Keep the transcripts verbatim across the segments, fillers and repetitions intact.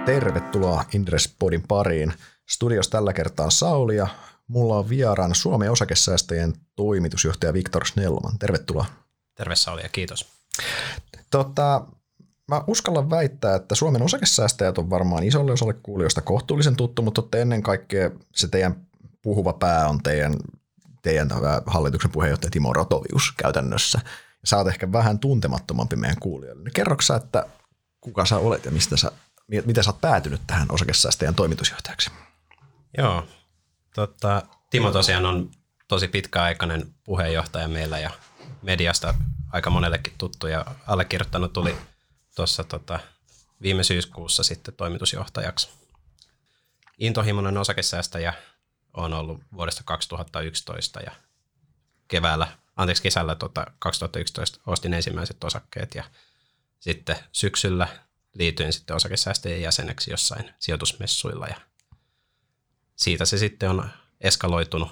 Tervetuloa Inderes-podin pariin. Studios tällä kertaa Sauli ja mulla on vieraana Suomen osakesäästäjien toimitusjohtaja Viktor Snellman. Tervetuloa. Terve Sauli ja kiitos. Tota, mä uskallan väittää, että Suomen osakesäästäjät on varmaan isolle osalle kuulijoista kohtuullisen tuttu, mutta ennen kaikkea se teidän puhuva pää on teidän, teidän hallituksen puheenjohtaja Timo Ratovius käytännössä. Sä oot ehkä vähän tuntemattomampi meidän kuulijoille. Kerroksä, että kuka sä olet ja mistä sä, miten sä oot päätynyt tähän osakesäästäjän toimitusjohtajaksi? Joo, tota, Timo tosiaan on tosi pitkäaikainen puheenjohtaja meillä ja mediasta aika monellekin tuttu ja allekirjoittanut tuli tuossa tota, viime syyskuussa sitten toimitusjohtajaksi. Intohimoinen osakesäästäjä on ollut vuodesta kaksituhattayksitoista ja keväällä, anteeksi kesällä tota, kaksituhattayksitoista ostin ensimmäiset osakkeet ja sitten syksyllä liityin sitten osakesäästäjien jäseneksi jossain sijoitusmessuilla ja siitä se sitten on eskaloitunut,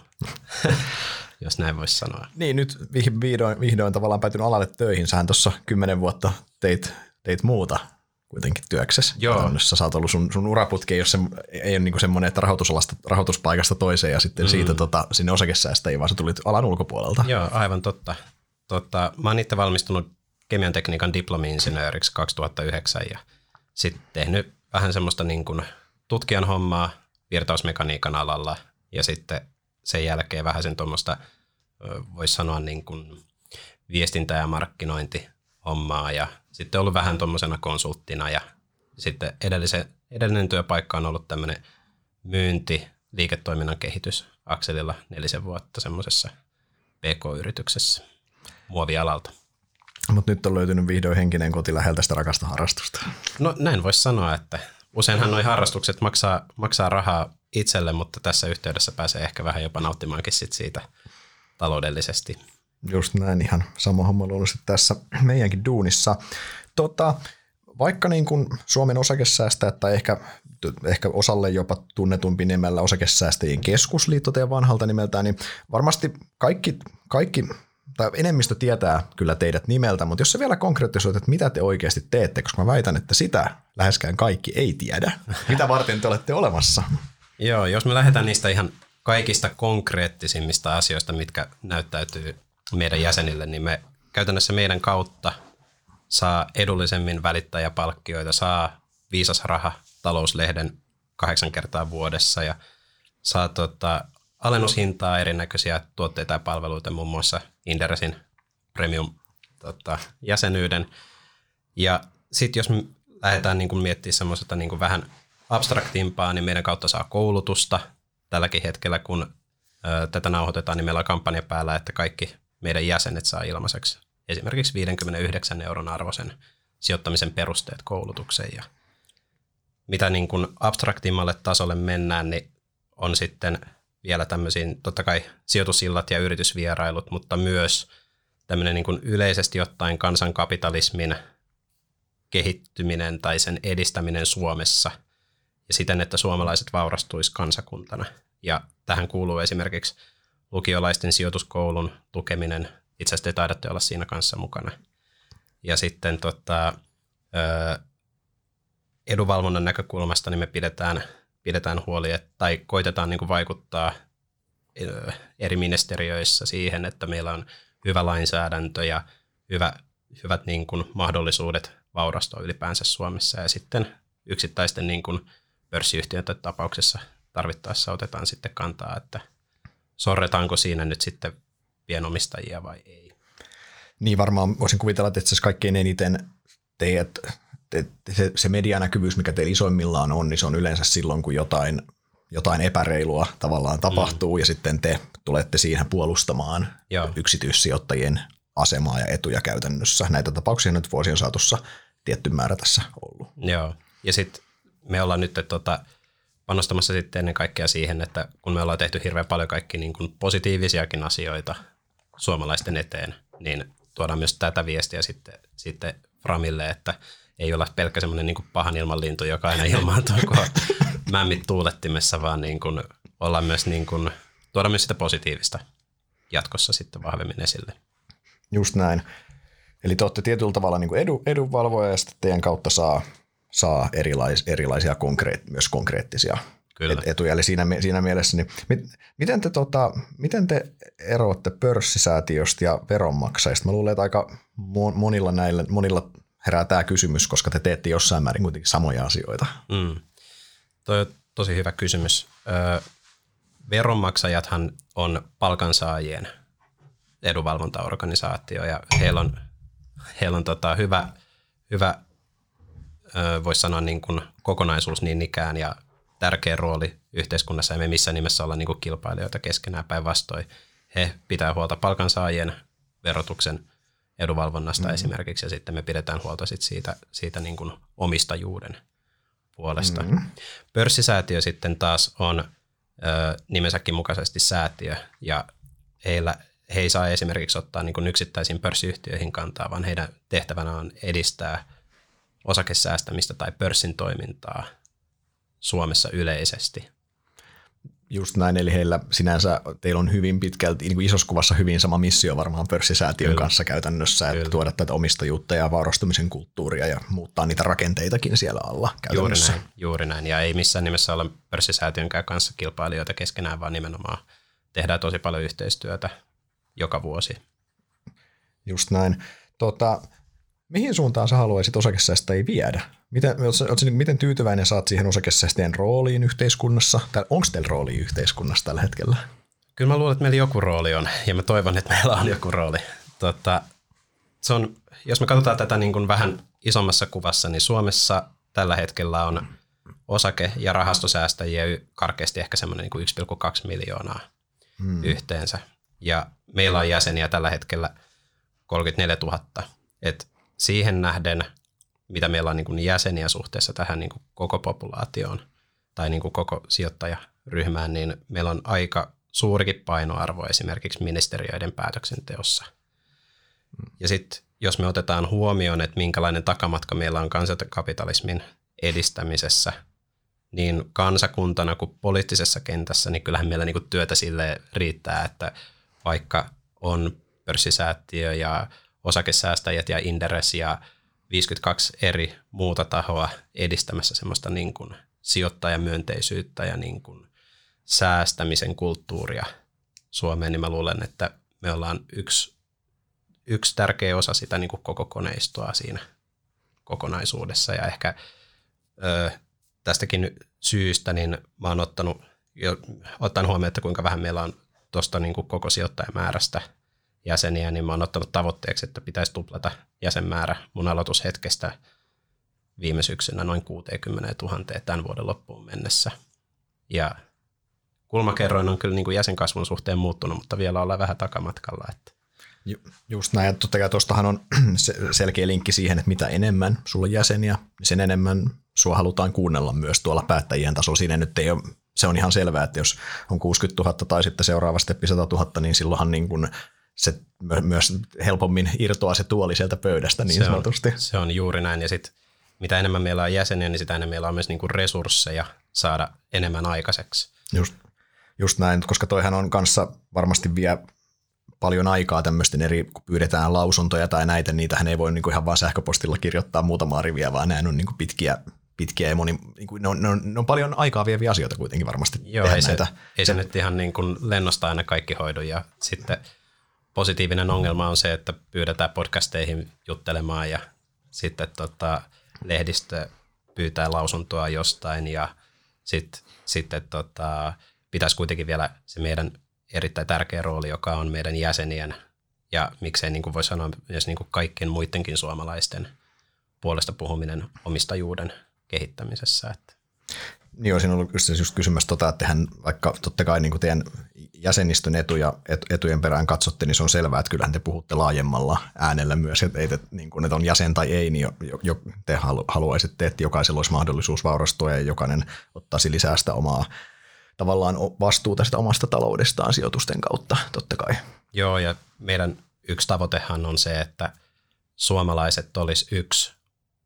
jos näin voisi sanoa. Niin, nyt vihdoin, vihdoin tavallaan päätynyt alalle töihin. Sähän tuossa kymmenen vuotta teit, teit muuta kuitenkin työksessä. Joo. Sä oot ollut sun, sun uraputki, ei ole, se, ei ole niin semmoinen, että rahoitusalasta, rahoituspaikasta toiseen ja sitten mm. siitä tota, sinne osakesäästäjiin, vaan sä tulit alan ulkopuolelta. Joo, aivan totta. Tota, mä oon itse valmistunut kemian tekniikan diplomi-insinööriksi kaksituhattayhdeksän ja sitten tehnyt vähän semmoista niin kuin tutkijan hommaa virtausmekaniikan alalla ja sitten sen jälkeen vähän sen tuommoista, voisi sanoa niin kuin viestintä- ja markkinointihommaa ja sitten ollut vähän tuommoisena konsulttina ja sitten edellisen, edellinen työpaikka on ollut tämmöinen myynti, liiketoiminnan kehitys akselilla nelisen vuotta semmoisessa P K-yrityksessä muovialalta. Mutta nyt on löytynyt vihdoin henkinen koti läheltä sitä rakasta harrastusta. No näin voisi sanoa, että useinhan nuo harrastukset maksaa, maksaa rahaa itselle, mutta tässä yhteydessä pääsee ehkä vähän jopa nauttimaankin sit siitä taloudellisesti. Just näin, ihan sama homma luonnollisesti tässä meidänkin duunissa. Tota, vaikka niin kuin Suomen osakesäästäjät tai ehkä, ehkä osalle jopa tunnetumpi nimellä Osakesäästäjien keskusliitto teidän vanhalta nimeltään, niin varmasti kaikki, kaikki tai enemmistö tietää kyllä teidät nimeltä, mutta jos se vielä konkreettisoit, että mitä te oikeasti teette, koska mä väitän, että sitä läheskään kaikki ei tiedä. Mitä varten te olette olemassa? Joo, jos me lähdetään niistä ihan kaikista konkreettisimmista asioista, mitkä näyttäytyy meidän jäsenille, niin me käytännössä meidän kautta saa edullisemmin välittäjäpalkkioita, saa Viisas Raha talouslehden kahdeksan kertaa vuodessa ja saa tota, alennushintaa erinäköisiä tuotteita ja palveluita, muun muassa Inderesin premium tota, jäsenyyden. Ja sitten jos me lähdetään niin miettimään semmoista niin vähän abstraktimpaa, niin meidän kautta saa koulutusta. Tälläkin hetkellä, kun ö, tätä nauhoitetaan, niin meillä on kampanja päällä, että kaikki meidän jäsenet saa ilmaiseksi esimerkiksi viisikymmentäyhdeksän euron arvoisen sijoittamisen perusteet koulutukseen. Ja mitä niin kuin abstraktimmalle tasolle mennään, niin on sitten vielä tämmöisiin, totta kai sijoitusillat ja yritysvierailut, mutta myös tämmöinen niin kuin yleisesti ottaen kansankapitalismin kehittyminen tai sen edistäminen Suomessa ja siten, että suomalaiset vaurastuisi kansakuntana. Ja tähän kuuluu esimerkiksi lukiolaisten sijoituskoulun tukeminen. Itse asiassa te taidatte olla siinä kanssa mukana. Ja sitten tota, edunvalvonnan näkökulmasta niin me pidetään pidetään huoli, että, tai koitetaan niin kuin vaikuttaa eri ministeriöissä siihen, että meillä on hyvä lainsäädäntö ja hyvä, hyvät niin kuin mahdollisuudet vaurastua ylipäänsä Suomessa. Ja sitten yksittäisten niin kuin pörssiyhtiöiden tapauksessa tarvittaessa otetaan sitten kantaa, että sorretaanko siinä nyt sitten pienomistajia vai ei. Niin varmaan voisin kuvitella, että itse asiassa kaikkein eniten teidät Se, se medianäkyvyys, mikä teillä isoimmillaan on, niin se on yleensä silloin, kun jotain, jotain epäreilua tavallaan tapahtuu, mm. ja sitten te tulette siihen puolustamaan Joo. yksityissijoittajien asemaa ja etuja käytännössä. Näitä tapauksia nyt vuosien saatossa tietty määrä tässä ollut. Joo, ja sitten me ollaan nyt tota, panostamassa sitten ennen kaikkea siihen, että kun me ollaan tehty hirveän paljon kaikki niin kuin positiivisiakin asioita suomalaisten eteen, niin tuodaan myös tätä viestiä sitten, sitten Framille, että ei olla pelkkä semmoinen niin kuin pahan ilman lintu, joka aina ilmaantuu, kun mämmit tuulettimessa, vaan niin kuin ollaan myös niin kuin, tuoda myös sitä positiivista jatkossa sitten vahvemmin esille. Just näin. Eli te olette tietyllä tavalla niin kuin edu, edunvalvoja ja sitten teidän kautta saa, saa erilais, erilaisia konkreet, myös konkreettisia Kyllä. et, etuja. Eli siinä, siinä mielessä, niin mit, miten, te, tota, miten te eroatte pörssisäätiöstä ja veronmaksajista? Mä luulen, että aika monilla, näillä, monilla herää tämä kysymys, koska te teette jossain määrin kuitenkin samoja asioita. Mm. Toi on tosi hyvä kysymys. Öö, veronmaksajathan on palkansaajien edunvalvontaorganisaatio ja heillä on, heillä on tota hyvä, hyvä öö, voisi sanoa niin kuin kokonaisuus niin ikään ja tärkeä rooli yhteiskunnassa. Ei me missään nimessä olla niin kuin kilpailijoita keskenään, päinvastoin. He pitää huolta palkansaajien verotuksen edunvalvonnasta mm-hmm. esimerkiksi ja sitten me pidetään huolta sit siitä, siitä niin kuin omistajuuden puolesta. Mm-hmm. Pörssisäätiö sitten taas on ö, nimensäkin mukaisesti säätiö ja heillä, he ei saa esimerkiksi ottaa niin kuin yksittäisiin pörssiyhtiöihin kantaa, vaan heidän tehtävänä on edistää osakesäästämistä tai pörssin toimintaa Suomessa yleisesti. Just näin, eli heillä sinänsä teillä on hyvin pitkälti, niin kuin isossa kuvassa hyvin sama missio varmaan pörssisäätiön Kyllä. kanssa käytännössä, että Kyllä. tuoda tätä omistajuutta ja vaurastumisen kulttuuria ja muuttaa niitä rakenteitakin siellä alla käytännössä. Juuri näin, juuri näin. Ja ei missään nimessä olla pörssisäätiönkään kanssa kilpailijoita keskenään, vaan nimenomaan tehdään tosi paljon yhteistyötä joka vuosi. Just näin. Tota, mihin suuntaan sä haluaisit osakesäästäjiä viedä? Miten, ootko, miten tyytyväinen saat siihen osakesäästäjien rooliin yhteiskunnassa? Onko teillä rooli yhteiskunnassa tällä hetkellä? Kyllä mä luulen, että meillä joku rooli on, ja mä toivon, että meillä on joku rooli. Tota, se on, jos me katsotaan tätä niin kuin vähän isommassa kuvassa, niin Suomessa tällä hetkellä on osake- ja rahastosäästäjiä karkeasti ehkä semmoinen niin kuin yksi pilkku kaksi miljoonaa hmm. yhteensä. Ja meillä on jäseniä tällä hetkellä kolmekymmentäneljätuhatta. Et siihen nähden, mitä meillä on niin kuin jäseniä suhteessa tähän niin kuin koko populaatioon tai niin kuin koko sijoittajaryhmään, niin meillä on aika suurikin painoarvo esimerkiksi ministeriöiden päätöksenteossa. Ja sitten jos me otetaan huomioon, että minkälainen takamatka meillä on kansankapitalismin edistämisessä, niin kansakuntana kuin poliittisessa kentässä, niin kyllähän meillä niin kuin työtä sille riittää, että vaikka on pörssisäätiö ja osakesäästäjät ja Inderes ja viisikymmentäkaksi eri muuta tahoa edistämässä semmoista niin kuin sijoittajamyönteisyyttä ja niin kuin säästämisen kulttuuria Suomeen, niin mä luulen, että me ollaan yksi, yksi tärkeä osa sitä niin kuin koko koneistoa siinä kokonaisuudessa. Ja ehkä ö, tästäkin syystä niin mä oon ottanut, jo, ottaen huomioon, että kuinka vähän meillä on tuosta niin kuin koko sijoittajamäärästä jäseniä, niin mä oon ottanut tavoitteeksi, että pitäisi tuplata jäsenmäärä mun aloitushetkestä viime syksynä noin kuusikymmentätuhatta tämän vuoden loppuun mennessä. Ja kulmakerroin on kyllä niin kuin jäsenkasvun suhteen muuttunut, mutta vielä ollaan vähän takamatkalla. Että. Just näin, ja totta kai tuostahan on selkeä linkki siihen, että mitä enemmän sulla on jäseniä, sen enemmän sua halutaan kuunnella myös tuolla päättäjien tasolla. Siinä nyt ei ole, se on ihan selvää, että jos on kuusikymmentätuhatta tai sitten seuraava steppi sata tuhatta, niin silloinhan niin kuin se myös helpommin irtoaa se tuoli sieltä pöydästä niin se sanotusti. On, se on juuri näin, ja sitten mitä enemmän meillä on jäseniä, niin sitä enemmän meillä on myös niinku resursseja saada enemmän aikaiseksi. Just, just näin, koska toihan on kanssa varmasti vie paljon aikaa tämmöisten eri, kun pyydetään lausuntoja tai näitä, niitähän ei voi niinku ihan vaan sähköpostilla kirjoittaa muutamaa riviä, vaan nämä on niinku pitkiä, pitkiä ja moni, niinku, ne, on, ne, on, ne on paljon aikaa vieviä asioita kuitenkin varmasti. Joo, ei se, ei se nyt ihan niin kuin lennosta aina kaikki hoidu, ja sitten positiivinen ongelma on se, että pyydetään podcasteihin juttelemaan ja sitten tota, lehdistö pyytää lausuntoa jostain ja sitten sit, tota, pitäisi kuitenkin vielä se meidän erittäin tärkeä rooli, joka on meidän jäsenien ja miksei niin kuin voi sanoa myös niin kuin kaikkien muidenkin suomalaisten puolesta puhuminen omistajuuden kehittämisessä. Että. Niin olisin ollut just kysymässä, tota, että tehän vaikka totta kai niin kuin teidän jäsenistön etuja, etujen perään katsotte, niin se on selvää, että kyllähän te puhutte laajemmalla äänellä myös, että, ei te, niin kuin, että on jäsen tai ei, niin jo, jo, te haluaisitte, että jokaisella olisi mahdollisuus vaurastua ja jokainen ottaisi lisää sitä omaa tavallaan vastuuta sitä omasta taloudestaan sijoitusten kautta, totta kai. Joo, ja meidän yksi tavoitehan on se, että suomalaiset olisi yksi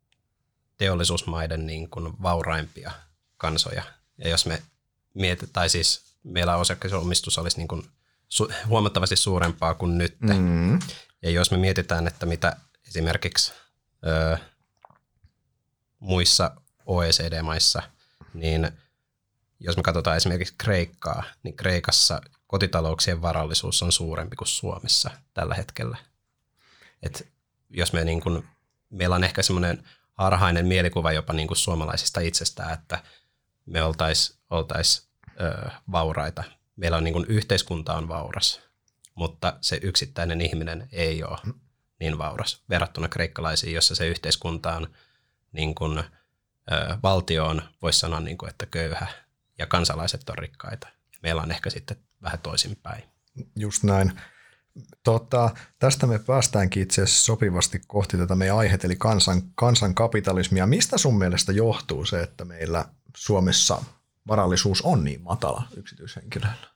teollisuusmaiden niin kuin vauraimpia kansoja. Ja jos me mietitään, tai siis meillä osakkeenomistus olisi niin kuin su- huomattavasti suurempaa kuin nyt. Mm. Ja jos me mietitään, että mitä esimerkiksi ö, muissa O E C D-maissa, niin jos me katsotaan esimerkiksi Kreikkaa, niin Kreikassa kotitalouksien varallisuus on suurempi kuin Suomessa tällä hetkellä. Et jos me niin kun, meillä on ehkä semmoinen harhainen mielikuva jopa niin kuin suomalaisista itsestään, että me oltaisiin oltais, ö, vauraita. Meillä on niin kuin, yhteiskunta on vauras, mutta se yksittäinen ihminen ei ole niin vauras verrattuna kreikkalaisiin, jossa se yhteiskunta on niin kuin, ö, valtio on, voisi sanoa, niin kuin, että köyhä ja kansalaiset on rikkaita. Meillä on ehkä sitten vähän toisinpäin. Just näin. Tota, tästä me päästäänkin itse asiassa sopivasti kohti tätä meidän aiheet, eli kansan, kansankapitalismia. Mistä sun mielestä johtuu se, että meillä Suomessa varallisuus on niin matala yksityishenkilöillä?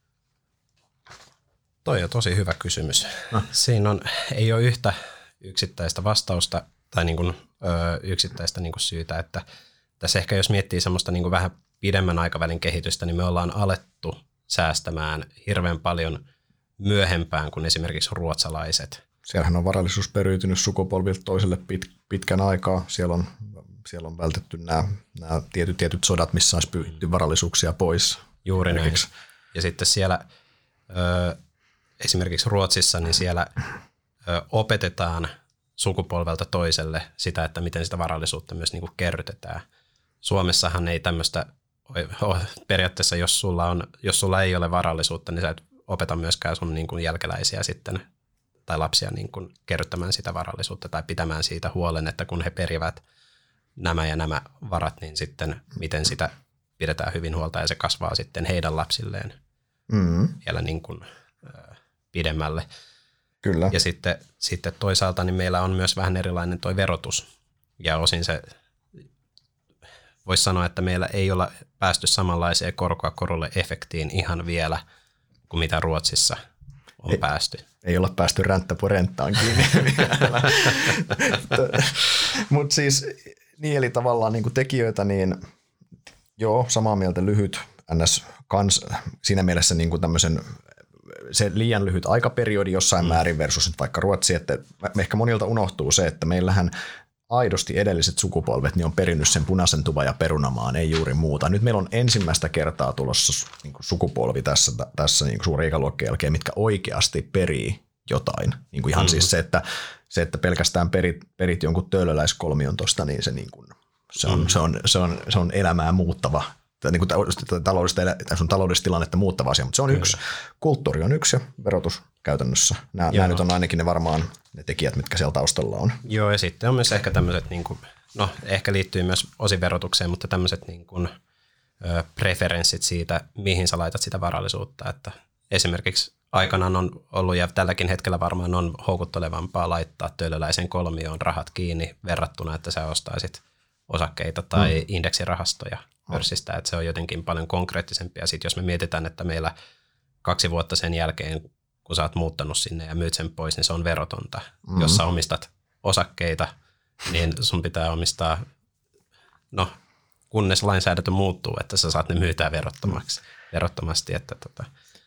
Toi on tosi hyvä kysymys. No. Siinä on, ei ole yhtä yksittäistä vastausta tai niin kuin, ö, yksittäistä niin kuin syytä, että tässä ehkä jos miettii semmoista niin kuin vähän pidemmän aikavälin kehitystä, niin me ollaan alettu säästämään hirveän paljon myöhempään kuin esimerkiksi ruotsalaiset. Siellähän on varallisuus periytynyt sukupolvilta toiselle pit, pitkän aikaa. Siellä on, siellä on vältetty nämä, nämä tietyt, tietyt sodat, missä olisi pyyhitty varallisuuksia pois. Juuri näin. Ja sitten siellä ö, esimerkiksi Ruotsissa, niin siellä ö, opetetaan sukupolvelta toiselle sitä, että miten sitä varallisuutta myös niin kuin kerrytetään. Suomessahan ei tämmöistä ole. Periaatteessa, jos sulla, on, jos sulla ei ole varallisuutta, niin sä et opeta myöskään sun niin kuin jälkeläisiä sitten tai lapsia niin kuin kerryttämään sitä varallisuutta tai pitämään siitä huolen, että kun he perivät nämä ja nämä varat, niin sitten miten sitä pidetään hyvin huolta ja se kasvaa sitten heidän lapsilleen mm. vielä niin kuin, äh, pidemmälle. Kyllä. Ja sitten, sitten toisaalta niin meillä on myös vähän erilainen toi verotus ja osin se voisi sanoa, että meillä ei olla päästy samanlaiseen korkoa korolle efektiin ihan vielä kuin mitä Ruotsissa on ei, päästy. Ei olla päästy ränttäpurenttaan kiinni vielä. Mutta siis niin, eli tavallaan niin kuin tekijöitä, niin joo, samaa mieltä lyhyt ns. Kans, siinä mielessä niin kuin tämmöisen se liian lyhyt aikaperiodi jossain mm. määrin versus nyt vaikka Ruotsi, että ehkä monilta unohtuu se, että meillähän aidosti edelliset sukupolvet niin on perinnyt sen punaisen tuvan ja perunamaan, ei juuri muuta. Nyt meillä on ensimmäistä kertaa tulossa niin kuin sukupolvi tässä, tässä niin kuin suuren ikäluokkien jälkeen, mitkä oikeasti perii jotain. Niin kuin ihan mm. siis se, että, se, että pelkästään perit, perit jonkun töölöläiskolmion tuosta, niin se, niin kuin, se, on, mm. se, on, se, on, se on elämää muuttava, niin kuin taloudellista, sun taloudellista tilannetta muuttava asia, mutta se on yksi. Kulttuuri on yksi ja verotus käytännössä. Nämä, nämä nyt on ainakin ne varmaan ne tekijät, mitkä siellä taustalla on. Joo, ja sitten on myös ehkä tämmöiset, niin kuin, no ehkä liittyy myös osin verotukseen, mutta tämmöiset niin kuin, ö, preferenssit siitä, mihin sä laitat sitä varallisuutta. Että esimerkiksi aikanaan on ollut ja tälläkin hetkellä varmaan on houkuttelevampaa laittaa töölöläisen kolmioon rahat kiinni verrattuna, että sä ostaisit osakkeita tai mm. indeksirahastoja pörssistä, että se on jotenkin paljon konkreettisempia. Sitten jos me mietitään, että meillä kaksi vuotta sen jälkeen, kun sä oot muuttanut sinne ja myyt sen pois, niin se on verotonta. Mm. Jos sä omistat osakkeita, niin sun pitää omistaa, no kunnes lainsäädäntö muuttuu, että sä saat ne myytää verottomaksi, verottomasti. Että tota.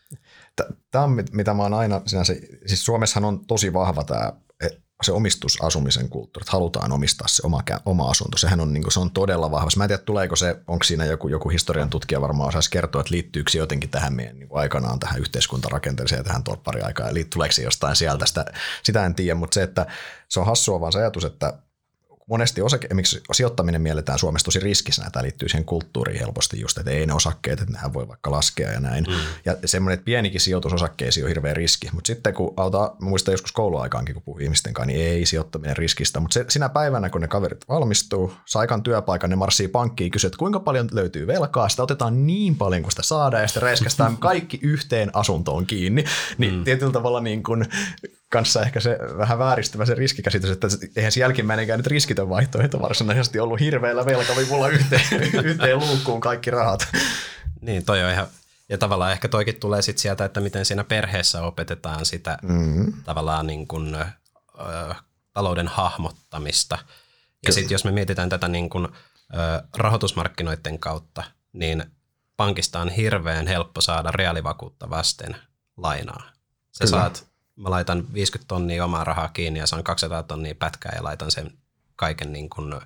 Tämä on mitä mä oon aina, sinänsä, siis Suomessahan on tosi vahva tämä se omistusasumisen kulttuuri, että halutaan omistaa se oma, oma asunto. Sehän on, niin kuin, se on todella vahva. Mä en tiedä, tuleeko se, onko siinä joku, joku historian tutkija varmaan osaisi kertoa, että liittyykö se jotenkin tähän meidän niin kuin aikanaan tähän yhteiskuntarakenteeseen ja tähän torppariaikaan, eli tuleeko se jostain sieltä, sitä, sitä en tiedä, mutta se, että se on hassua vaan se ajatus, että monesti osake, miksi sijoittaminen mielletään Suomessa tosi riskisenä, tämä liittyy siihen kulttuuriin helposti just, että ei ne osakkeet, että nehän voi vaikka laskea ja näin. Mm. Ja semmoinen, että pienikin sijoitus osakkeisiin on hirveä riski, mutta sitten kun autaa, muistan joskus kouluaikaankin, kun puhuu ihmisten kanssa, niin ei sijoittaminen riskistä, mutta se, sinä päivänä, kun ne kaverit valmistuu, saa aikaan työpaikan, ne marssii pankkiin, kysyy, että kuinka paljon löytyy velkaa, sitä otetaan niin paljon kuin sitä saadaan ja sitten reiskastään kaikki yhteen asuntoon kiinni, niin mm. tietyllä tavalla niin kuin kanssa ehkä se vähän vääristyvä se riskikäsitys, että eihän se jälkimmäinenkään nyt riskitön vaihtoehto varsinaisesti ollut hirveällä velkavivulla yhteen, yhteen luukkuun kaikki rahat. Niin, toi on ihan, ja tavallaan ehkä toikin tulee sitten sieltä, että miten siinä perheessä opetetaan sitä mm-hmm. tavallaan niin kuin, ö, talouden hahmottamista. Ja sitten jos me mietitään tätä niin kuin, ö, rahoitusmarkkinoiden kautta, niin pankista on hirveän helppo saada reaalivakuutta vasten lainaa. Sä Kyllä. saat Mä laitan viisikymmentä tonnia omaa rahaa kiinni ja saan kaksisataa tonnia pätkää ja laitan sen kaiken niin kuin,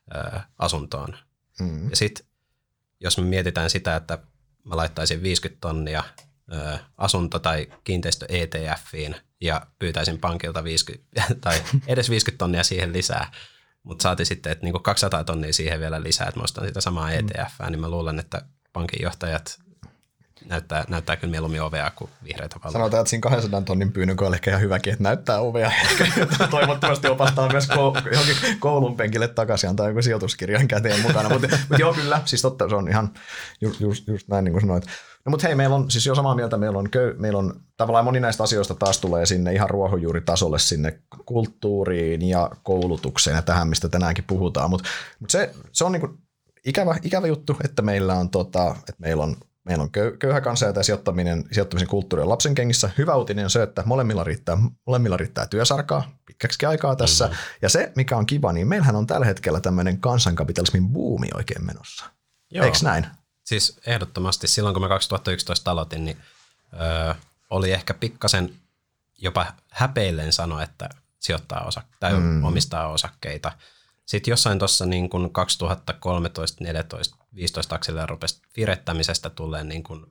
ö, asuntoon. Mm. Ja sitten jos me mietitään sitä, että mä laittaisin viisikymmentä tonnia ö, asunto- tai kiinteistö E T F:iin ja pyytäisin pankilta viisikymmentä tai edes viisikymmentä tonnia siihen lisää, mutta saatiin sitten, että niinku kaksisataa tonnia siihen vielä lisää, että mä ostan sitä samaa E T F:ää, niin mä luulen, että pankinjohtajat näyttää, näyttää kyllä mieluummin ovea kuin vihreitä valoja. Sanotaan, että siinä kahdensadan tonnin pyynnön kohdalla ehkä ihan hyväkin, että näyttää ovea. Toivottavasti opastaa myös johonkin koulun penkille takaisin, antaa joku sijoituskirjan käteen mukana. Mutta mut joo, kyllä, siis totta, se on ihan just, just, just näin niin kuin sanoit. No mutta hei, meillä on siis jo samaa mieltä, meillä on, köy, meillä on tavallaan moni näistä asioista taas tulee sinne ihan ruohonjuuritasolle sinne kulttuuriin ja koulutukseen ja tähän, mistä tänäänkin puhutaan. Mutta mut se, se on niin kuin ikävä, ikävä juttu, että meillä on, tota, että meillä on Meillä on köyhä kansa ja tämä sijoittaminen, sijoittamisen kulttuuri on lapsen kengissä. Hyvä uutinen on se, että molemmilla riittää, molemmilla riittää työsarkaa pitkäksi aikaa tässä. Mm-hmm. Ja se, mikä on kiva, niin meillähän on tällä hetkellä tämmöinen kansankapitalismin buumi oikein menossa. Joo. Eikö näin? Siis ehdottomasti. Silloin kun mä kaksituhattayksitoista aloitin, niin öö, oli ehkä pikkasen jopa häpeillen sanoa, että sijoittaa osa- tai mm. omistaa osakkeita. Sitten jossain tuossa niin kuin kaksituhattakolmetoista, neljätoista, viisitoista akselilla rupesi virettämisestä tulleen, niin kuin,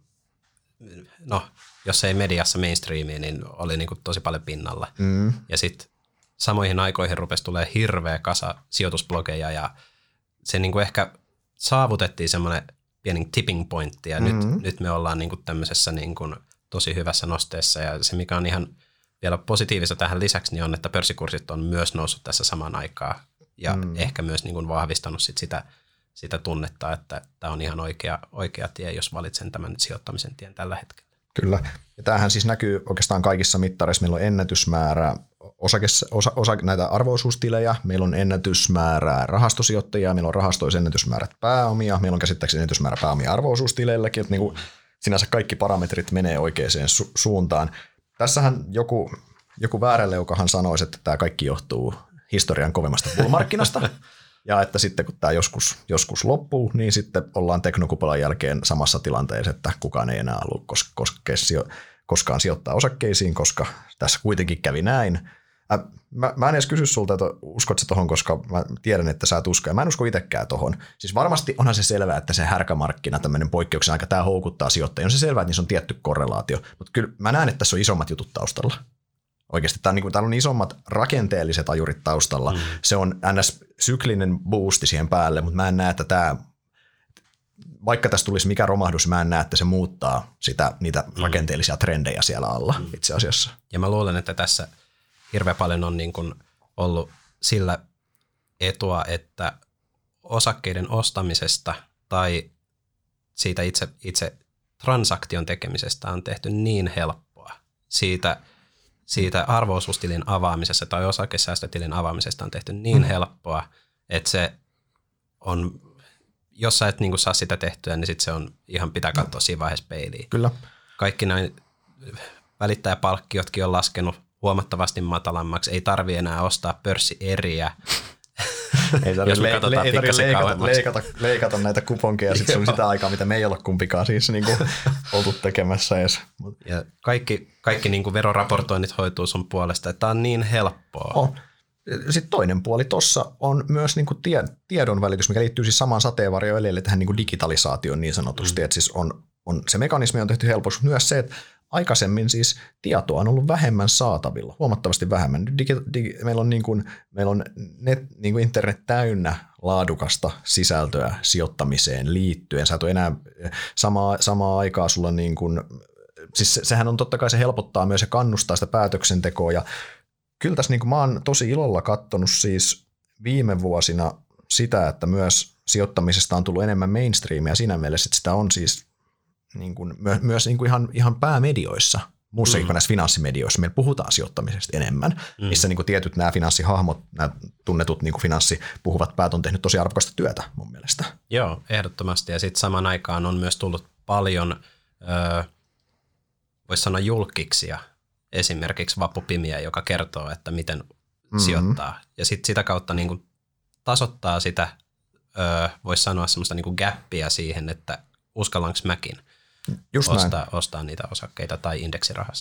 no jos ei mediassa mainstreamiin, niin oli niin kuin tosi paljon pinnalla. Mm. Ja sitten samoihin aikoihin rupesi tulee hirveä kasa sijoitusblogeja ja se niin kuin ehkä saavutettiin semmoinen pieni tipping pointti ja mm. nyt, nyt me ollaan niin kuin tämmöisessä niin kuin tosi hyvässä nosteessa ja se mikä on ihan vielä positiivista tähän lisäksi niin on, että pörssikurssit on myös noussut tässä samaan aikaan. Ja mm. ehkä myös niin kuin vahvistanut sit sitä, sitä tunnetta, että tämä on ihan oikea, oikea tie, jos valitsen tämän sijoittamisen tien tällä hetkellä. Kyllä. Ja tämähän siis näkyy oikeastaan kaikissa mittareissa. Meillä on ennätysmäärä osakes, osa, osa, näitä arvo-osuustilejä, meillä on ennätysmäärää rahastosijoittajia, meillä on rahastoissa ennätysmäärät pääomia, meillä on käsittääkseni ennätysmäärä pääomia arvo-osuustileilläkin, että niin kuin sinänsä kaikki parametrit menee oikeaan su- suuntaan. Tässähän joku, joku vääräleukahan sanoisi, että tämä kaikki johtuu historian kovemmasta bullmarkkinasta, ja että sitten kun tämä joskus, joskus loppuu, niin sitten ollaan teknokupolan jälkeen samassa tilanteessa, että kukaan ei enää ollut kos- kos- koskaan sijoittaa osakkeisiin, koska tässä kuitenkin kävi näin. Äh, mä, mä en edes kysy sulta, että uskot sä tohon, koska mä tiedän, että sä et usko, ja mä en usko itsekään tohon. Siis varmasti onhan se selvää, että se härkämarkkina, tämmöinen poikkeuksen aika, tämä houkuttaa sijoittajia. On se selvää, että niissä on tietty korrelaatio, mutta kyllä mä näen, että tässä on isommat jutut taustalla. Oikeasti tää on, niin kuin, täällä on isommat rakenteelliset ajurit taustalla. Mm. Se on ns-syklinen boosti siihen päälle, mutta mä en näe, että tämä, vaikka tässä tulisi mikä romahdus, mä en näe, että se muuttaa sitä, niitä mm. rakenteellisia trendejä siellä alla mm. itse asiassa. Ja mä luulen, että tässä hirveän paljon on niin kuin ollut sillä etua, että osakkeiden ostamisesta tai siitä itse, itse transaktion tekemisestä on tehty niin helppoa. Siitä Siitä arvo-osuustilin avaamisessa tai osakesäästötilin avaamisesta on tehty niin mm. helppoa, että se on, jos sä et niin kuin saa sitä tehtyä, niin sit se on ihan pitää katsoa siinä vaiheessa peiliin. Kyllä. Kaikki näin välittäjäpalkkiotkin on laskenut huomattavasti matalammaksi. Ei tarvitse enää ostaa pörssieriä. Ei tarvitse le- le- leikata, leikata, leikata näitä kuponkeja, sitten se on sitä aikaa, mitä me ei olla kumpikaan siis niin kuin oltu tekemässä edes. Ja kaikki, kaikki niin kuin veroraportoinnit hoituu sun puolesta, että tämä on niin helppoa. On. Sitten toinen puoli tuossa on myös niin kuin tie, tiedon välitys, mikä liittyy siis samaan sateenvarjoon, eli tähän niin kuin digitalisaatioon niin sanotusti, mm. että siis on, on, se mekanismi on tehty helpoksi, mutta myös se, että aikaisemmin siis tietoa on ollut vähemmän saatavilla, huomattavasti vähemmän. Digi, digi, meillä on, niin kuin, meillä on net, niin kuin internet täynnä laadukasta sisältöä sijoittamiseen liittyen. Sä et ole enää samaa, samaa aikaa sulla, niin kuin, siis sehän on totta kai se helpottaa myös ja kannustaa sitä päätöksentekoa. Ja kyllä tässä niin kuin mä oon tosi ilolla katsonut siis viime vuosina sitä, että myös sijoittamisesta on tullut enemmän mainstreamia siinä mielessä, että sitä on siis niin kuin, myös, myös niin kuin ihan, ihan päämedioissa, muussakin mm. kuin näissä finanssimedioissa, meillä puhutaan sijoittamisesta enemmän, mm. missä niin kuin tietyt nämä finanssihahmot, nämä tunnetut niin kuin finanssipuhuvat päät on tehnyt tosi arvokasta työtä mun mielestä. Joo, ehdottomasti. Ja sitten saman aikaan on myös tullut paljon, öö, voisi sanoa julkiksia, esimerkiksi Vappu Pimiä, joka kertoo, että miten mm-hmm. sijoittaa. Ja sitten sitä kautta niin kuin tasoittaa sitä, öö, voisi sanoa semmoista niin kuin gappia siihen, että uskallanko mäkin Just ostaa, ostaa niitä osakkeita tai indeksirahastoja.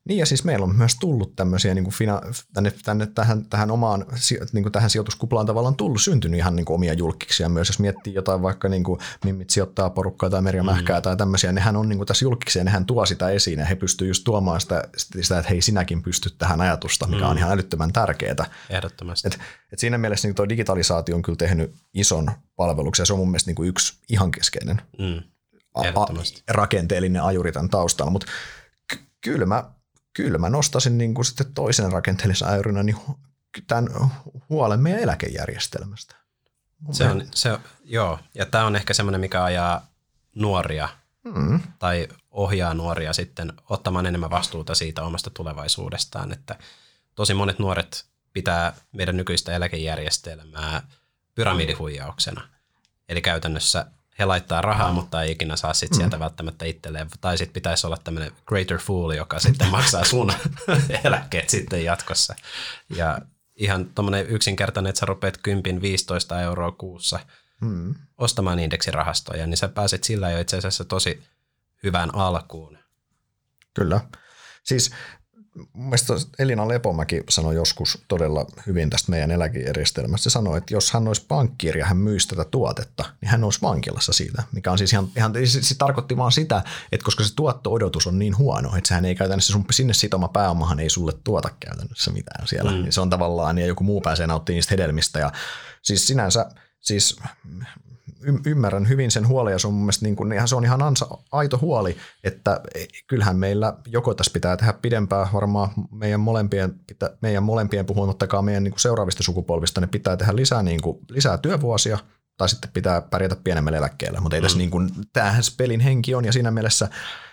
Niin ja siis meillä on myös tullut tämmöisiä niin kuin fina, tänne, tänne tähän, tähän omaan niin kuin tähän sijoituskuplaan tavallaan tullut, syntynyt ihan niin kuin omia julkkiksia myös, jos miettii jotain vaikka niin kuin Mimmit sijoittaa porukkaa tai Merja Mähkää mm. tai tämmöisiä, nehän on niin kuin tässä julkkiksia ja nehän tuo sitä esiin ja he pystyvät just tuomaan sitä, sitä, että hei sinäkin pystyt tähän ajatusta, mikä mm. on ihan älyttömän tärkeää. Ehdottomasti. Et, et siinä mielessä niin tuo digitalisaatio on kyllä tehnyt ison palveluksen ja se on mun mielestä niin kuin yksi ihan keskeinen mm. a- a- rakenteellinen ajuri tämän taustalla, mutta ky- kyllä mä Kyllä mä nostaisin niin kuin sitten toisen rakenteellisen ajurina niin tämän huolen meidän eläkejärjestelmästä. Se on, se, joo, ja tämä on ehkä semmoinen, mikä ajaa nuoria mm. tai ohjaa nuoria sitten ottamaan enemmän vastuuta siitä omasta tulevaisuudestaan. Että tosi monet nuoret pitää meidän nykyistä eläkejärjestelmää pyramidihuijauksena. Eli käytännössä he laittaa rahaa, mutta ei ikinä saa sit sieltä mm. välttämättä itselleen. Tai sitten pitäisi olla tämmöinen greater fool, joka sitten maksaa sun eläkkeet sitten jatkossa. Ja ihan tommoinen yksinkertainen, että sä rupeat kympin viisitoista euroa kuussa mm. ostamaan indeksirahastoja, niin sä pääset sillä jo itse asiassa tosi hyvään alkuun. Kyllä. Siis mun mielestä Elina Lepomäki sanoi joskus todella hyvin tästä meidän eläkejärjestelmästä. Se sanoi, että jos hän olisi pankkiiri ja hän myisi tätä tuotetta, niin hän olisi vankilassa siitä. Mikä on siis ihan, ihan se, se tarkoitti vaan sitä, että koska se tuotto-odotus on niin huono, että sehän ei käytännössä, sun sinne sitoma pääomahan ei sulle tuota käytännössä mitään siellä. Mm. Se on tavallaan, ja joku muu pääsee nauttimaan niistä hedelmistä. Ja siis sinänsä, siis y- ymmärrän hyvin sen huolen, ja se on mun mielestä niin kuin, se on ihan ansa, aito huoli, että kyllähän meillä joko tässä pitää tehdä pidempää, varmaan meidän molempien, pitä, meidän molempien puhumattakaan meidän niin kuin seuraavista sukupolvista, ne pitää tehdä lisää, niin kuin, lisää työvuosia, tai sitten pitää pärjätä pienemmällä eläkkeellä, mutta ei tässä mm. niin kuin, tämähän pelin henki on, ja siinä mielessä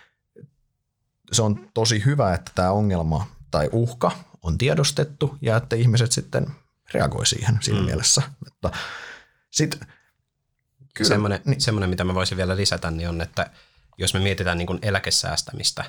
se on tosi hyvä, että tämä ongelma tai uhka on tiedostettu, ja että ihmiset sitten reagoi siihen siinä mm. mielessä. Mutta sitten Kyllä. Semmoinen, niin. semmoinen, mitä mä voisin vielä lisätä, niin on, että jos me mietitään niin kuin eläkesäästämistä,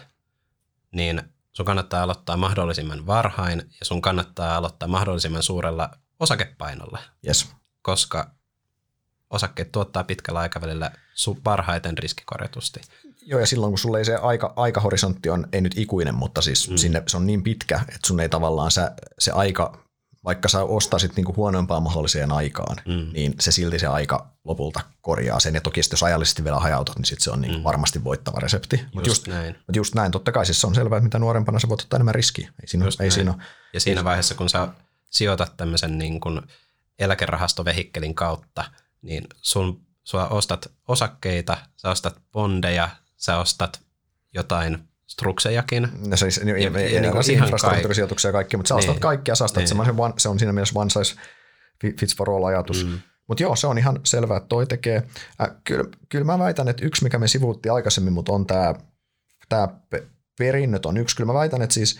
niin sun kannattaa aloittaa mahdollisimman varhain ja sun kannattaa aloittaa mahdollisimman suurella osakepainolla, yes. koska osakkeet tuottaa pitkällä aikavälillä sun parhaiten riskikorjatusti. Joo, ja silloin kun sulla ei se aika, aikahorisontti on, ei nyt ikuinen, mutta siis mm. sinne se on niin pitkä, että sun ei tavallaan se, se aika, vaikka sä ostaisit niinku huonompaan mahdolliseen aikaan, mm. niin se silti se aika lopulta korjaa sen. Ja toki jos ajallisesti vielä hajautat, niin sit se on niinku mm. varmasti voittava resepti. Just, Mut just näin. Mutta just näin, totta kai siis se on selvää, että mitä nuorempana sä voit ottaa enemmän riskiä. Ei siinä, ei siinä ole. Ja siinä vaiheessa, kun sä sijoitat tämmöisen niin kuin eläkerahastovehikkelin kautta, niin sun, sua ostat osakkeita, sä ostat bondeja, sä ostat jotain struksejakin. No se, ja, ja, ja, ja niin kuin infrastruktuurisijoituksia ja kaikki, mutta sä ostat niin. kaikkia, sä ostat niin. semmoisen, se on siinä mielessä one size fits for all ajatus. Mm. Mutta joo, se on ihan selvää, että toi tekee. Äh, kyllä, kyllä mä väitän, että yksi, mikä me sivuuttiin aikaisemmin, mutta on tämä tää perinnöt on yksi. Kyllä mä väitän, että siis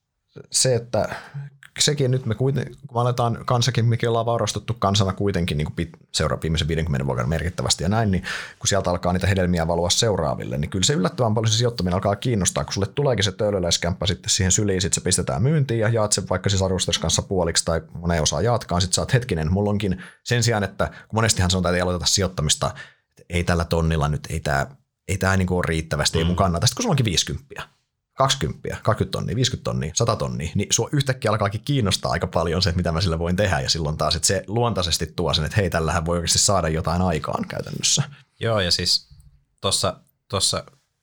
se, että sekin nyt me kuitenkin, kun me aletaan kansakin, mikä ollaan vaurastuttu kansana kuitenkin niin kuin seuraa viimeisen viidenkymmenen vuoden merkittävästi ja näin, niin kun sieltä alkaa niitä hedelmiä valua seuraaville, niin kyllä se yllättävän paljon se sijoittaminen alkaa kiinnostaa, kun sulle tuleekin se töölöläiskämppä sitten siihen syliin, sitten se pistetään myyntiin ja jaat sen vaikka siis arvostus kanssa puoliksi tai moneen osaan jaatkaan, sitten sä oot hetkinen, mulla onkin sen sijaan, että kun monestihan sanotaan, että ei aloiteta sijoittamista, että ei tällä tonnilla nyt, ei tämä ei tää niin kuin ole riittävästi, mm. ei mun kannata, sitten kun sulla onkin viisikymppiä. kaksikymmentä, kaksikymmentä tonnia, viisikymmentä tonnia, sata tonnia, niin sua yhtäkkiä alkaakin kiinnostaa aika paljon se, mitä mä sillä voin tehdä, ja silloin taas, että se luontaisesti tuo sen, että hei, tällähän voi oikeasti saada jotain aikaan käytännössä. Joo, ja siis tuossa tossa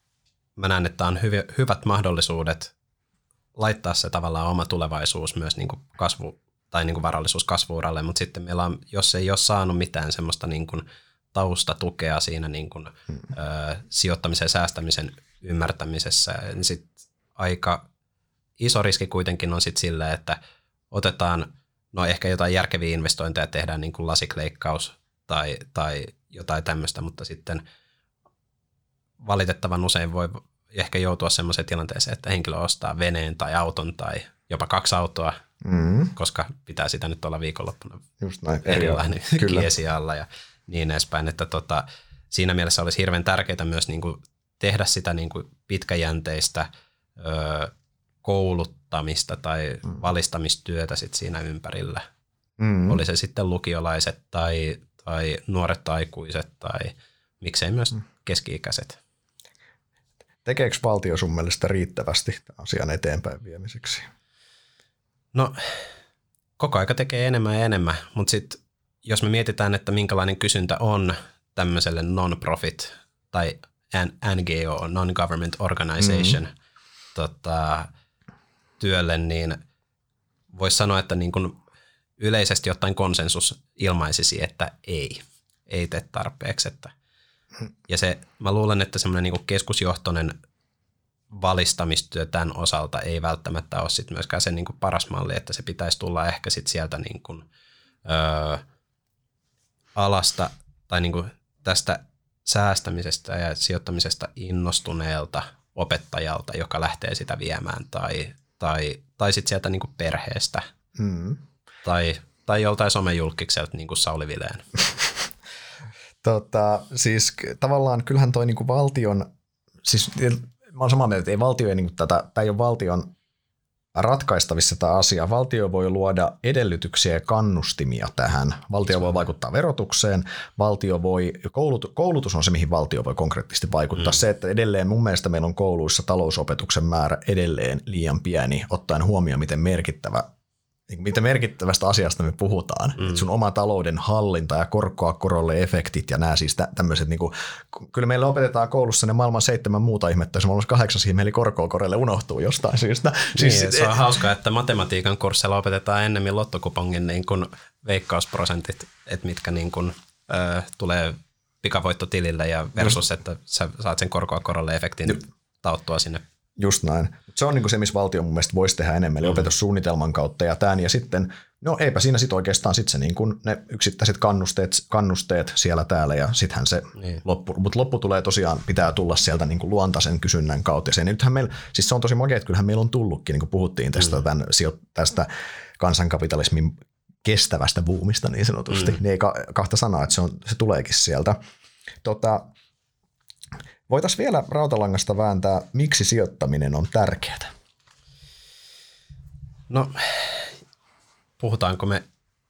mä näen, että on hyvi, hyvät mahdollisuudet laittaa se tavallaan oma tulevaisuus myös niin kuin kasvu, tai niin kuin varallisuus kasvu-uralle, mutta sitten meillä on, jos ei ole saanut mitään semmoista niin kuin taustatukea siinä niin kuin, hmm. ö, sijoittamisen ja säästämisen ymmärtämisessä, niin sitten aika iso riski kuitenkin on sitten sillä, että otetaan no ehkä jotain järkeviä investointeja, tehdään niin kuin lasikleikkaus tai, tai jotain tämmöistä, mutta sitten valitettavan usein voi ehkä joutua semmoiseen tilanteeseen, että henkilö ostaa veneen tai auton tai jopa kaksi autoa, mm. koska pitää sitä nyt olla viikonloppuna erilainen kiesi alla ja niin edespäin, että tota, siinä mielessä olisi hirveän tärkeää myös niin kuin tehdä sitä niin kuin pitkäjänteistä ö, kouluttamista tai mm. valistamistyötä sit siinä ympärillä. Mm. Oli se sitten lukiolaiset tai, tai nuoret aikuiset tai miksei myös mm. keski-ikäiset. Tekeekö valtio sun mielestä riittävästi tämän asian eteenpäin viemiseksi? No koko aika tekee enemmän ja enemmän, mutta sitten jos me mietitään, että minkälainen kysyntä on tämmöiselle non-profit tai N G O, non-government organization mm-hmm. tota, työlle, niin voisi sanoa, että niin kuin yleisesti ottaen konsensus ilmaisisi, että ei, ei tee tarpeeksi. Että. Ja se, mä luulen, että semmoinen niin kuin keskusjohtoinen valistamistyö tämän osalta ei välttämättä ole sit myöskään se niin kuin paras malli, että se pitäisi tulla ehkä sit sieltä niin kuin, öö, alasta tai niin kuin tästä säästämisestä ja sijoittamisesta innostuneelta opettajalta, joka lähtee sitä viemään, tai, tai, tai sitten sieltä niin kuin perheestä, mm. tai, tai joltain somejulkikselta, niin kuin Sauli Vileen. tota, siis tavallaan kyllähän toi niin kuin valtion, siis mä olen samaa mieltä, että ei valtio ei, niin kuin tätä, tämä ei ole valtion ratkaistavissa tämä asia. Valtio voi luoda edellytyksiä ja kannustimia tähän. Valtio voi vaikuttaa verotukseen, valtio voi, koulut, koulutus on se, mihin valtio voi konkreettisesti vaikuttaa. Mm. Se, että edelleen mun mielestä meillä on kouluissa talousopetuksen määrä edelleen liian pieni, ottaen huomioon, miten merkittävä miten merkittävästä asiasta me puhutaan. Mm. Sun oma talouden hallinta ja korkoa korolle efektit ja nämä siis tämmöiset. Niin kuin, kyllä meillä opetetaan koulussa ne maailman seitsemän muuta ihmettä, jos maailman kahdeksas ihme, eli korkoa korolle unohtuu jostain syystä. Niin, siis, se on hauskaa, että matematiikan kurssilla opetetaan ennemmin lottokupongin niin kuin veikkausprosentit, että mitkä niin kuin, ö, tulee pikavoittotilille ja versus, mm. että sä saat sen korkoa korolle efektin mm. tauttua sinne. Just näin. Se on niin kuin se, missä valtio mun mielestä voisi tehdä enemmän, eli mm. opetussuunnitelman kautta ja tämän. Ja sitten, no eipä siinä sitten oikeastaan sit se niin kuin ne yksittäiset kannusteet, kannusteet siellä täällä ja sittenhän se niin. loppu. Mutta loppu tulee tosiaan, pitää tulla sieltä niin kuin luontaisen kysynnän kautta. Ja se, nythän meillä, siis se on tosi makea, että kyllähän meillä on tullutkin, niin kuin puhuttiin tästä, mm. tämän, tästä kansankapitalismin kestävästä buumista niin sanotusti. Mm. Niin ei kahta sanaa, että se, on, se tuleekin sieltä. Tota, voitaisiin vielä rautalangasta vääntää, miksi sijoittaminen on tärkeää? No, puhutaanko me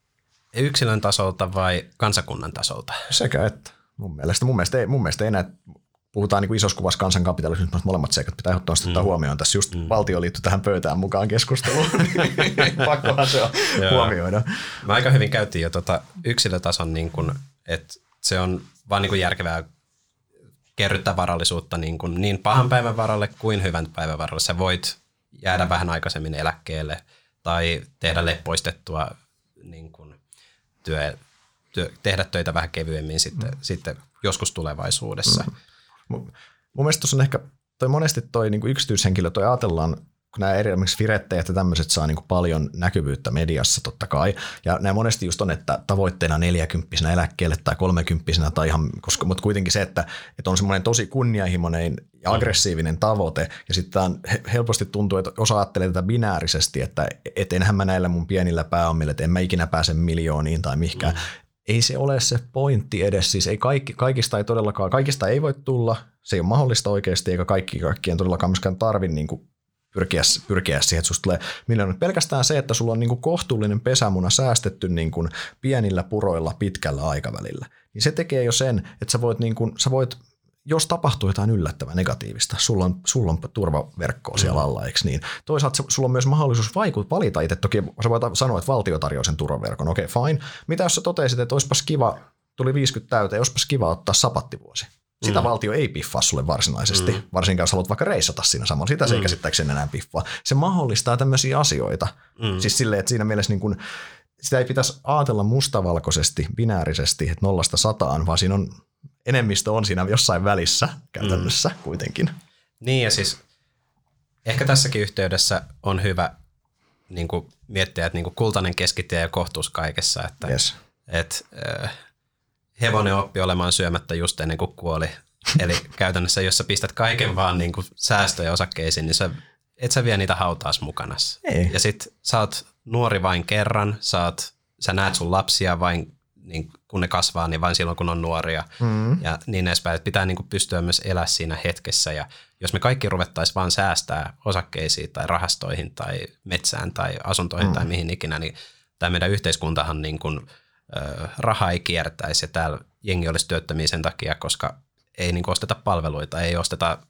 yksilön tasolta vai kansakunnan tasolta? Sekä että. Mun mielestä, mun mielestä, ei, mun mielestä ei enää, puhutaan niin kuin isossa kuvassa kansankapitalismista, mutta molemmat seikat pitää ehdottomasti ottaa mm. huomioon. Tässä just mm. valtio liittyy tähän pöytään mukaan keskusteluun. Pakkohan se on huomioida. Me aika hyvin käytiin jo tuota yksilötason, niin kuin, että se on vaan niin kuin järkevää kerryttää varallisuutta niin, kuin niin pahan päivän varalle kuin hyvän päivän varalle. Sä voit jäädä vähän aikaisemmin eläkkeelle tai tehdä leppoistettua niin kuin työ, työ, tehdä töitä vähän kevyemmin sitten, mm. sitten joskus tulevaisuudessa. Mm. Mun mielestä tuossa on ehkä toi monesti toi niin kuin yksityishenkilö, toi ajatellaan, kun nämä esimerkiksi virettäjät ja tämmöiset saa niin kuin paljon näkyvyyttä mediassa totta kai. Ja nämä monesti just on, että tavoitteena neljäkymppisenä eläkkeelle tai kolmekymppisenä tai ihan, koska, mutta kuitenkin se, että, että on semmoinen tosi kunnianhimoinen ja aggressiivinen tavoite. Ja sitten helposti tuntuu, että osa ajattelee tätä binäärisesti, että et enhän mä näillä mun pienillä pääomilla, että en mä ikinä pääse miljooniin tai mihinkään. Mm. Ei se ole se pointti edes, siis ei kaikki, kaikista ei todellakaan, kaikista ei voi tulla, se ei ole mahdollista oikeasti, eikä kaikki kaikkien todellakaan myöskään tarvitse niin kuin Pyrkiä, pyrkiä siihen, että susta tulee miljoonat. Pelkästään se, että sulla on niin kuin kohtuullinen pesämuna säästetty niin kuin pienillä puroilla pitkällä aikavälillä, niin se tekee jo sen, että sä voit, niin kuin, sä voit jos tapahtuu jotain yllättävää negatiivista, sulla on, sulla on turvaverkkoa siellä mm. alla, eikö niin? Toisaalta sulla on myös mahdollisuus vaikuttaa, valita itse. Toki sä voit sanoa, että valtio tarjoaa sen turvaverkon. Okei, okay, fine. Mitä jos sä totesit, että olisipas kiva, tuli viisikymmentä täyteen, olisipas kiva ottaa sapattivuosi? Sitä mm. valtio ei piffaa sulle varsinaisesti, mm. varsinkaan jos haluat vaikka reissata siinä samalla. Sitä se mm. ei käsittääkseni enää piffaa. Se mahdollistaa tämmöisiä asioita. Mm. Siis silleen, että siinä mielessä niin kun, sitä ei pitäisi ajatella mustavalkoisesti, binäärisesti, että nollasta sataan, vaan siinä on enemmistö on siinä jossain välissä käytännössä mm. kuitenkin. Niin ja siis ehkä tässäkin yhteydessä on hyvä niin kuin miettiä, että niin kuin kultainen keskitie ja kohtuus kaikessa, että yes. et, äh, hevonen oppi olemaan syömättä just ennen kuin kuoli. Eli käytännössä, jos sä pistät kaiken vaan niin kuin säästöjä osakkeisiin, niin sä, et sä vie niitä hautaas mukanas. Ei. Ja sit sä oot nuori vain kerran, sä, oot, sä näet sun lapsia vain, niin kun ne kasvaa, niin vain silloin, kun on nuoria mm. ja niin edespäin. Että pitää niin kuin pystyä myös elää siinä hetkessä. Ja jos me kaikki ruvettaisiin vaan säästää osakkeisiin tai rahastoihin tai metsään tai asuntoihin mm. tai mihin ikinä, niin tämä meidän yhteiskuntahan niin kuin, äh, raha ei kiertäisi ja täällä jengi olisi työttömiä sen takia, koska ei niin kuin osteta palveluita, ei osteta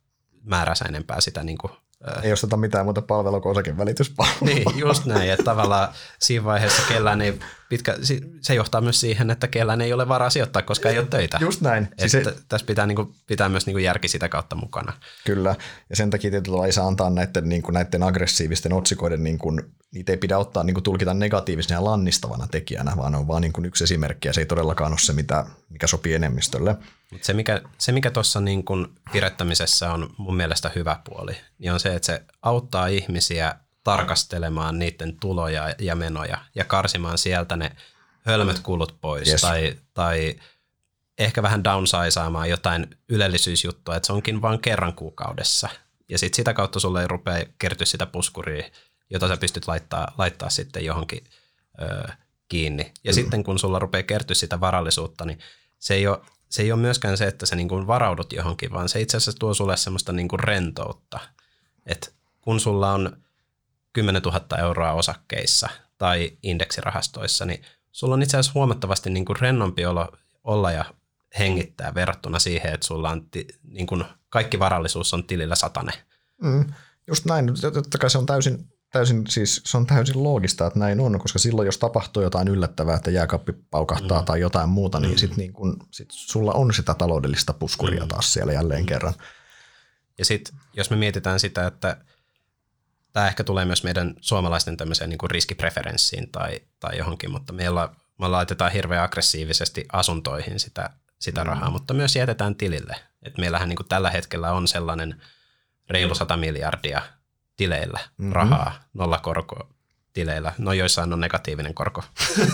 määränsä enempää sitä niin kuin, ei osteta mitään muuta palvelua kuin osakevälityspalvelua. Niin, just näin, että tavallaan siinä vaiheessa kellään ei pitkä, se johtaa myös siihen, että kellään ei ole varaa sijoittaa, koska ei ole töitä. Just näin. Siis että se, tässä pitää, niin kuin, pitää myös niin kuin järki sitä kautta mukana. Kyllä, ja sen takia tietyllä ei saa antaa näiden, niin kuin, näiden aggressiivisten otsikoiden, niin kuin, niitä ei pidä ottaa niin kuin tulkita negatiivisena ja lannistavana tekijänä, vaan on vaan niin kuin yksi esimerkki, ja se ei todellakaan ole se, mitä, mikä sopii enemmistölle. Mut se, mikä, se, mikä tuossa niin kuin pidettämisessä on mun mielestä hyvä puoli, niin on se, että se auttaa ihmisiä tarkastelemaan niiden tuloja ja menoja ja karsimaan sieltä ne hölmöt kulut pois yes. tai, tai ehkä vähän downsizaamaan jotain ylellisyysjuttua, että se onkin vain kerran kuukaudessa. Ja sitten sitä kautta sulle ei rupea kertyä sitä puskuria, jota sä pystyt laittaa, laittaa sitten johonkin ö, kiinni. Ja mm. sitten kun sulla rupeaa kertyä sitä varallisuutta, niin se ei ole, se ei ole myöskään se, että sä niin kuin varaudut johonkin, vaan se itse asiassa tuo sulle semmoista niin kuin rentoutta. Että kun sulla on kymmenen tuhatta euroa osakkeissa tai indeksirahastoissa, niin sulla on itse asiassa huomattavasti niin kuin rennompi olo, olla ja hengittää verrattuna siihen, että sulla on ti, niin kuin kaikki varallisuus on tilillä satane. Mm, just näin. Totta kai se on täysin, täysin, siis se on täysin loogista, että näin on, koska silloin jos tapahtuu jotain yllättävää, että jääkaappi paukahtaa mm. tai jotain muuta, niin mm. sitten niin kun, sit sulla on sitä taloudellista puskuria mm. taas siellä jälleen kerran. Ja sitten jos me mietitään sitä, että tämä ehkä tulee myös meidän suomalaisten tämmöiseen niin kuin riskipreferenssiin tai, tai johonkin, mutta meillä me laitetaan hirveän aggressiivisesti asuntoihin sitä, sitä rahaa, mm. mutta myös jätetään tilille. Et meillähän niin kuin tällä hetkellä on sellainen reilu sata miljardia tileillä mm-hmm. rahaa, nollakorko tileillä. No joissain on negatiivinen korko.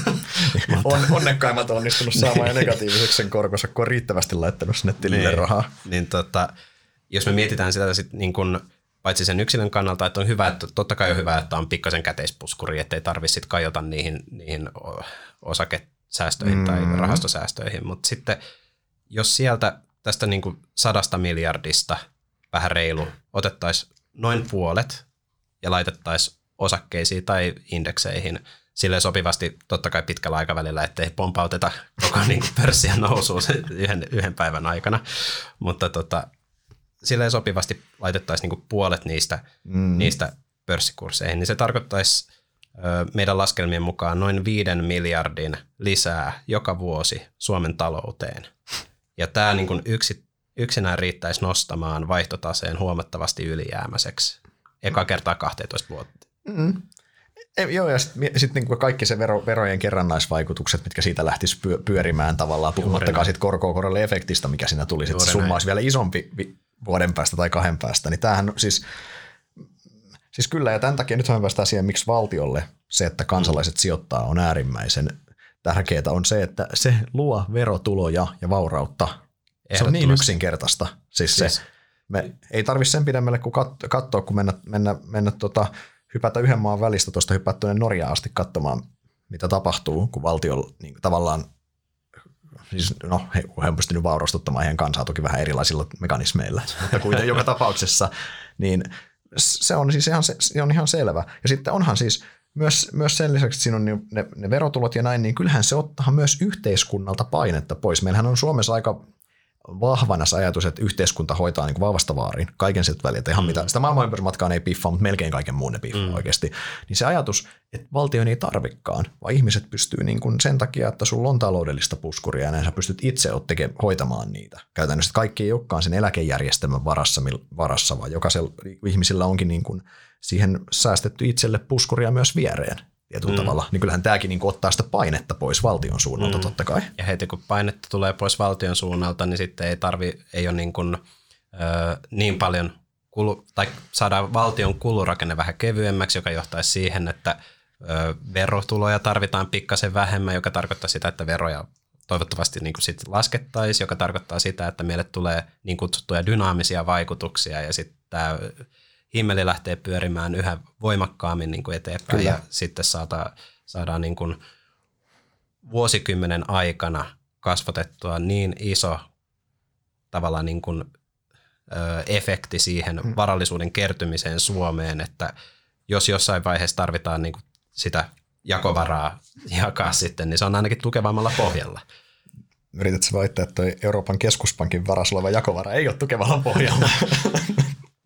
on, onnekkaimmat on onnistunut saamaan negatiiviseksi sen korkonsa, kun on riittävästi laittanut sinne tilille niin, rahaa. Niin tota, jos me mietitään sitä sit niin kuin paitsi sen yksilön kannalta, että on hyvä, että totta kai on hyvä, että on pikkasen käteispuskuri, ettei tarvitse sitten kajota niihin, niihin osakesäästöihin mm. tai rahastosäästöihin, mutta sitten jos sieltä tästä niin kuin sadasta miljardista vähän reilu otettaisiin noin puolet ja laitettaisiin osakkeisiin tai indekseihin silleen sopivasti totta kai pitkällä aikavälillä, ettei pompauteta koko niin kuin pörssiä nousuun yhden, yhden päivän aikana, mutta tota, silleen sopivasti laitettaisiin niinku puolet niistä, mm. niistä pörssikursseihin, niin se tarkoittaisi ö, meidän laskelmien mukaan noin viiden miljardin lisää joka vuosi Suomen talouteen. Ja tämä niinku yksi, yksinään riittäisi nostamaan vaihtotaseen huomattavasti ylijäämäiseksi. Eka kertaa kaksitoista vuotta. Mm. E, joo, ja sitten sit niinku kaikki se vero, verojen kerrannaisvaikutukset, mitkä siitä lähtisi pyörimään tavallaan, puhumattakaan siitä korkoa-korolle efektistä, mikä siinä tuli, sitten se summa olisi vielä isompi vuoden päästä tai kahden päästä, niin tämähän siis, siis kyllä, ja tämän takia nyt me päästään siihen, miksi valtiolle se, että kansalaiset mm. sijoittaa, on äärimmäisen tärkeää, on se, että se luo verotuloja ja vaurautta. Se on niin yksinkertaista. Siis, siis. Se, me ei tarvitse sen pidemmälle kuin kat- katsoa, kun mennä, mennä, mennä tota, hypätä yhden maan välistä, tuosta hypätä tuonne Norjaan asti katsomaan, mitä tapahtuu, kun valtio niin tavallaan, siis no he, he on pystynyt vaurastuttamaan heidän kansaa toki vähän erilaisilla mekanismeilla, mutta kuitenkin joka tapauksessa, niin se on siis ihan, se on ihan selvä. Ja sitten onhan siis myös, myös sen lisäksi, että siinä on ne, ne verotulot ja näin, niin kyllähän se ottaa myös yhteiskunnalta painetta pois. Meillähän on Suomessa aika vahvana se ajatus, että yhteiskunta hoitaa niin kuin vauvasta vaariin kaiken sieltä väliltä. Ihan mm. mitä, sitä maailmanympärismatkaan ei piffaa, mutta melkein kaiken muun ne piffaa mm. oikeasti. Niin se ajatus, että valtio ei tarvikaan, vaan ihmiset pystyy niin kuin sen takia, että sulla on taloudellista puskuria ja näin sä pystyt itse teke, hoitamaan niitä. Käytännössä kaikki ei olekaan sen eläkejärjestelmän varassa, varassa vaan jokaisella ihmisillä onkin niin kuin siihen säästetty itselle puskuria myös viereen. Tietyllä mm. tavalla, niin kyllähän tämäkin niin ottaa sitä painetta pois valtion suunnalta mm. totta kai. Ja heti kun painetta tulee pois valtion suunnalta, niin sitten ei tarvi, ei ole niin, kuin, ö, niin paljon, kulu, tai saadaan valtion kulurakenne vähän kevyemmäksi, joka johtaisi siihen, että ö, verotuloja tarvitaan pikkasen vähemmän, joka tarkoittaa sitä, että veroja toivottavasti niin kuin sit laskettaisiin, joka tarkoittaa sitä, että meille tulee niin kutsuttuja dynaamisia vaikutuksia ja sitten tämä himmeli lähtee pyörimään yhä voimakkaammin niin kuin eteenpäin. Kyllä. Ja sitten saada, saadaan niin kuin vuosikymmenen aikana kasvatettua niin iso tavallaan niin kuin, ö, efekti siihen hmm. varallisuuden kertymiseen Suomeen, että jos jossain vaiheessa tarvitaan niin kuin sitä jakovaraa jakaa sitten, niin se on ainakin tukevammalla pohjalla. Yritätkö väittää, että toi Euroopan keskuspankin varassa oleva jakovara ei ole tukevalla pohjalla?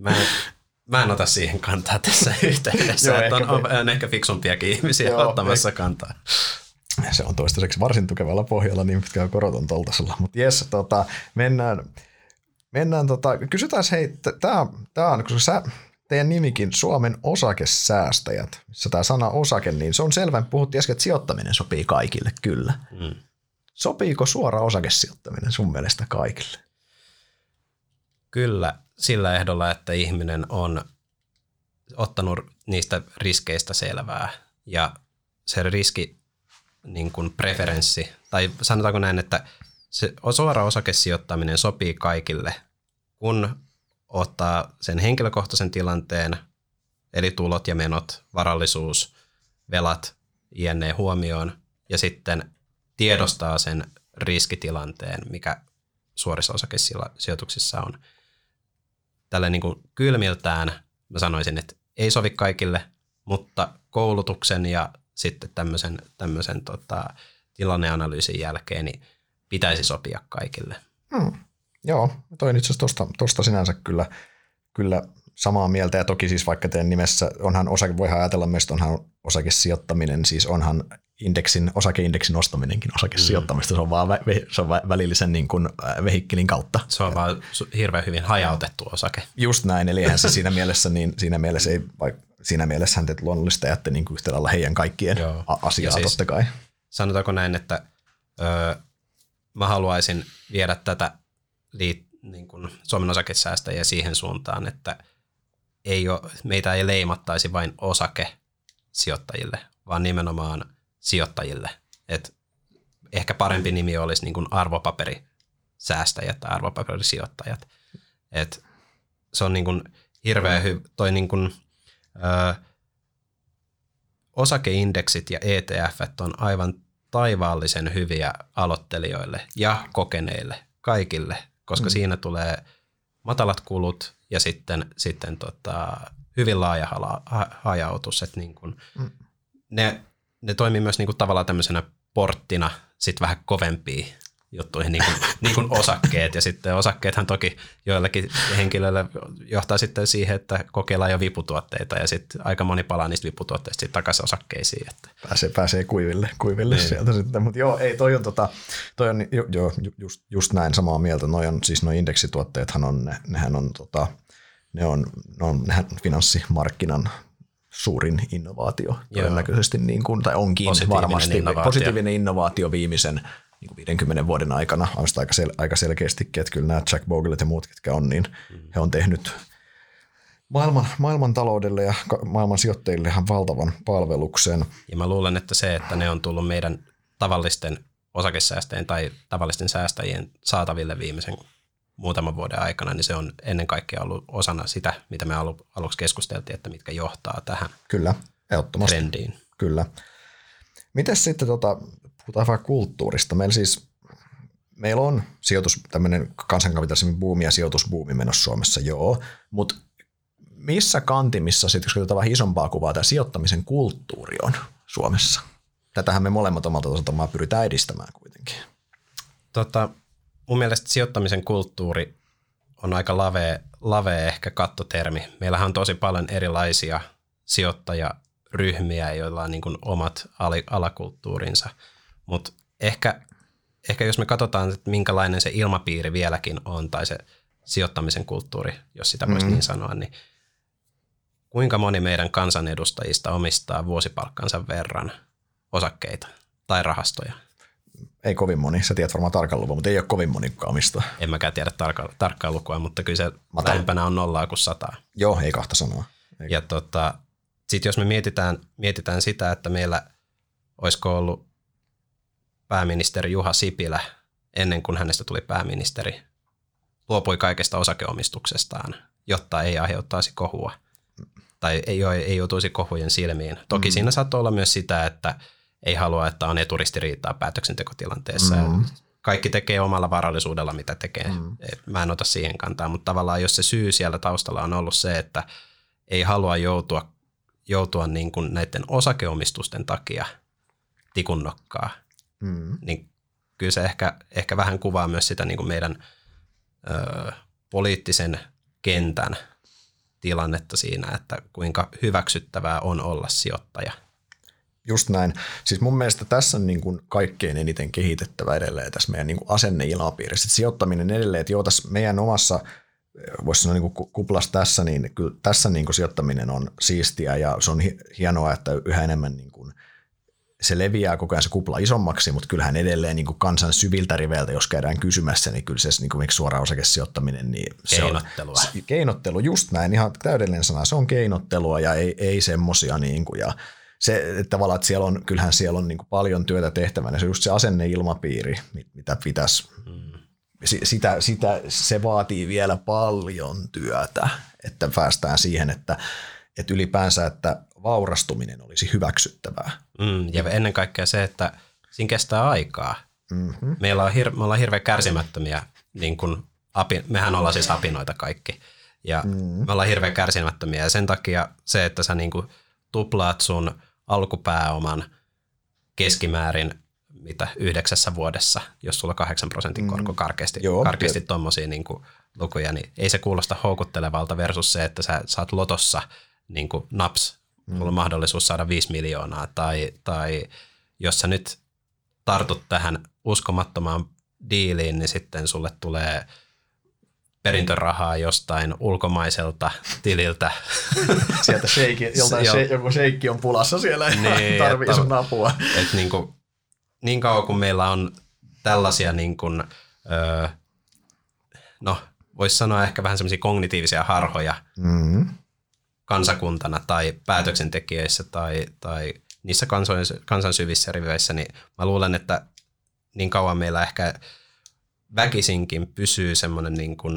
Mä en, mä en ota siihen kantaa tässä yhteydessä, Joo, että on, on, on ehkä fiksumpiakin ihmisiä Joo, ottamassa ehkä. kantaa. Se on toistaiseksi varsin tukevalla pohjalla, niin pitkään koroton toltasella. Mutta jes, tota, mennään, mennään tota, kysytään hei, tämä on, koska sä, teidän nimikin Suomen osakesäästäjät, missä tämä sana osake, niin se on selvä, puhuttiin äsken, että sijoittaminen sopii kaikille, kyllä. Mm. Sopiiko suora osakesijoittaminen sun mielestä kaikille? Kyllä, sillä ehdolla, että ihminen on ottanut niistä riskeistä selvää ja se riski niin kuin preferenssi, tai sanotaanko näin, että se suora osakesijoittaminen sopii kaikille, kun ottaa sen henkilökohtaisen tilanteen, eli tulot ja menot, varallisuus, velat, jne. Huomioon, ja sitten tiedostaa sen riskitilanteen, mikä suorissa osakesijoituksissa on. Tällä niin kuin kylmiltään mä sanoisin, että ei sovi kaikille, mutta koulutuksen ja sitten tämmöisen, tämmöisen tota, tilanneanalyysin jälkeen niin pitäisi sopia kaikille. Hmm. Joo, toi itse asiassa tuosta sinänsä kyllä, kyllä samaa mieltä. Ja toki siis vaikka teidän nimessä onhan osake, voihan ajatella myös, että onhan osakesijoittaminen, siis onhan indeksin, osakeindeksin ostaminenkin osakesijoittamista. Mm. Se on vaan, vä, se on välillisen niin kuin vehikkelin kautta. Se on vaan hirveän hyvin hajautettu osake. Just näin, eli eihän se siinä mielessä, niin siinä mielessä ei, vaikka siinä mielessä hän teet luonnollista jätte niin kuin yhtä lailla heidän kaikkien Joo. asiaa siis, totta kai. Sanotaanko näin, että öö, mä haluaisin viedä tätä liit, niin kuin Suomen osakesäästäjiä siihen suuntaan, että ei ole, meitä ei leimattaisi vain osakesijoittajille, vaan nimenomaan sijoittajille. Et ehkä parempi nimi olisi niin kuin arvopaperisäästäjät tai arvopaperisijoittajat. Et se on niin kuin hirveän hyvä, toi niin kuin, ö, osakeindeksit ja E T F:t on aivan taivaallisen hyviä aloittelijoille ja kokeneille, kaikille, koska mm. siinä tulee matalat kulut ja sitten, sitten tota, hyvin laaja hajautus. Että niin kun mm. ne, ne toimii myös niin kun tavallaan tämmöisenä porttina sit vähän kovempiin juttuihin, niin kuin, niin kuin osakkeet. Ja sitten osakkeethan toki joillakin henkilöillä johtaa sitten siihen, että kokeillaan jo viputuotteita ja sitten aika moni palaa niistä viputuotteista sitten takaisin osakkeisiin. Että. Pääsee, pääsee kuiville, kuiville sieltä sitten. Mutta joo, ei, toi on, tota, toi on jo, jo, just, just näin samaa mieltä. Noi on, siis noi indeksituotteethan on, ne, nehän on, tota, ne on, ne on nehän finanssimarkkinan suurin innovaatio todennäköisesti, niin kuin, tai onkin positiivinen varmasti innovaatio. positiivinen innovaatio viimeisen niin kuin viidenkymmenen vuoden aikana, on sitä aika, sel- aika selkeästikin, että kyllä nämä Jack Boglet ja muut, ketkä on, niin mm. he on tehnyt maailman, maailman taloudelle ja maailman sijoittajille ihan valtavan palveluksen. Ja mä luulen, että se, että ne on tullut meidän tavallisten osakesäästäjien tai tavallisten säästäjien saataville viimeisen muutaman vuoden aikana, niin se on ennen kaikkea ollut osana sitä, mitä me alu, aluksi keskusteltiin, että mitkä johtaa tähän kyllä, ehdottomasti. trendiin. Kyllä. Mites sitten, tota, puhutaan vähän kulttuurista. Meillä siis, meillä on sijoitus, tämmöinen kansankapitalismin buumi ja sijoitusbuumi menossa Suomessa, joo, mutta missä kantimissa sitten, jos katsotaan vähän isompaa kuvaa, tämä sijoittamisen kulttuuri on Suomessa? Tätähän me molemmat omalta osaltaan pyritään edistämään kuitenkin. Tota, mun mielestä sijoittamisen kulttuuri on aika lavea, lavea ehkä kattotermi. Meillähän on tosi paljon erilaisia sijoittajaryhmiä, joilla on niin kuin omat alakulttuurinsa, mutta ehkä, ehkä jos me katsotaan, että minkälainen se ilmapiiri vieläkin on, tai se sijoittamisen kulttuuri, jos sitä voisi mm. niin sanoa, niin kuinka moni meidän kansanedustajista omistaa vuosipalkkansa verran osakkeita tai rahastoja? Ei kovin moni. Sä tiedät varmaan tarkan luvun, mutta ei ole kovin moni, kuka omistaa. En mäkään tiedä tarkkaa, tarkkaa lukua, mutta kyllä se Mata. lähempänä on nollaa kuin sataa. Joo, ei kahta sanoa. Ei. Ja tota, sitten jos me mietitään, mietitään sitä, että meillä olisiko ollut pääministeri Juha Sipilä ennen kuin hänestä tuli pääministeri, luopui kaikesta osakeomistuksestaan, jotta ei aiheuttaisi kohua tai ei, ei joutuisi kohujen silmiin. Toki mm. siinä saattaa olla myös sitä, että ei halua, että on eturistiriitaa päätöksentekotilanteessa. Mm. Kaikki tekee omalla varallisuudella, mitä tekee. Mm. Mä en ota siihen kantaa, mutta tavallaan jos se syy siellä taustalla on ollut se, että ei halua joutua, joutua niin kuin näiden osakeomistusten takia tikunnokkaa, mm. niin kyllä se ehkä, ehkä vähän kuvaa myös sitä niin kuin meidän ö, poliittisen kentän tilannetta siinä, että kuinka hyväksyttävää on olla sijoittaja. Just näin. Siis mun mielestä tässä on niin kuin kaikkein eniten kehitettävä edelleen tässä meidän niin kuin asenneilmapiirissä. Sijoittaminen edelleen, että joo, tässä meidän omassa, voisi sanoa niin kuin kuplassa tässä, niin kyllä tässä niin kuin sijoittaminen on siistiä ja se on hienoa, että yhä enemmän niin kuin se leviää koko ajan se kupla isommaksi, mutta kyllähän edelleen niin kuin kansan syviltä riveiltä, jos käydään kysymässä, niin kyllä se niin kuin suora osakesijoittaminen, niin keinottelua. Se on, keinottelu, just näin, ihan täydellinen sana, se on keinottelua ja ei, ei semmosia niin kuin, ja se, että tavallaan, että siellä on, kyllähän siellä on niin kuin paljon työtä tehtävänä, se just se asenneilmapiiri, mitä pitäisi, mm. sitä, sitä, se vaatii vielä paljon työtä, että päästään siihen, että, että ylipäänsä, että vaurastuminen olisi hyväksyttävää. Mm, ja ennen kaikkea se, että siinä kestää aikaa. Mm-hmm. Meillä on hir- me ollaan hirveän kärsimättömiä, niin kuin api- mehän ollaan siis apinoita kaikki, ja mm-hmm. me ollaan hirveän kärsimättömiä, ja sen takia se, että sä niin kuin tuplaat sun alkupääoman keskimäärin mitä yhdeksässä vuodessa, jos sulla kahdeksan prosentin korko karkeasti, mm. karkeasti tommosia niin kuin lukuja, niin ei se kuulosta houkuttelevalta versus se, että sä saat lotossa niin kuin naps, mm. sulla on mahdollisuus saada viisi miljoonaa, tai, tai jos sä nyt tartut tähän uskomattomaan diiliin, niin sitten sulle tulee perintörahaa jostain ulkomaiselta tililtä. Sieltä sheikki, joltain jo, se, joku sheikki on pulassa siellä ja niin, tarvii sun apua. Et niin, kuin, niin kauan kuin meillä on tällaisia, niin kuin, öö, no voisi sanoa ehkä vähän semmoisia kognitiivisia harhoja mm-hmm. kansakuntana tai päätöksentekijöissä tai, tai niissä kansan, kansan syvissä riveissä, niin mä luulen, että niin kauan meillä ehkä väkisinkin pysyy semmoinen niin kuin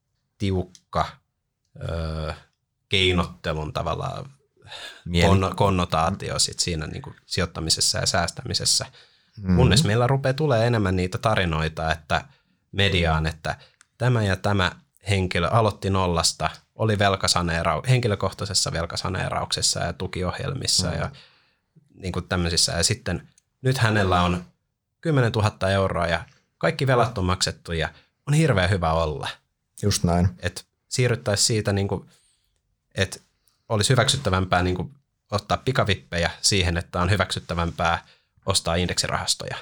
tiukka öö, keinottelun tavallaan kon- konnotaatio sit siinä niin kuin sijoittamisessa ja säästämisessä. Mm-hmm. Kunnes meillä rupeaa tulee enemmän niitä tarinoita, että mediaan, että tämä ja tämä henkilö aloitti nollasta, oli velkasaneerau- henkilökohtaisessa velkasaneerauksessa ja tukiohjelmissa mm-hmm. ja niin kuin tämmöisissä. Ja sitten nyt hänellä on kymmenen tuhatta euroa ja kaikki velat on maksettu ja on hirveän hyvä olla. Just näin. Että siirryttäisiin siitä, niin kuin, että olisi hyväksyttävämpää niin kuin ottaa pikavippejä siihen, että on hyväksyttävämpää ostaa indeksirahastoja.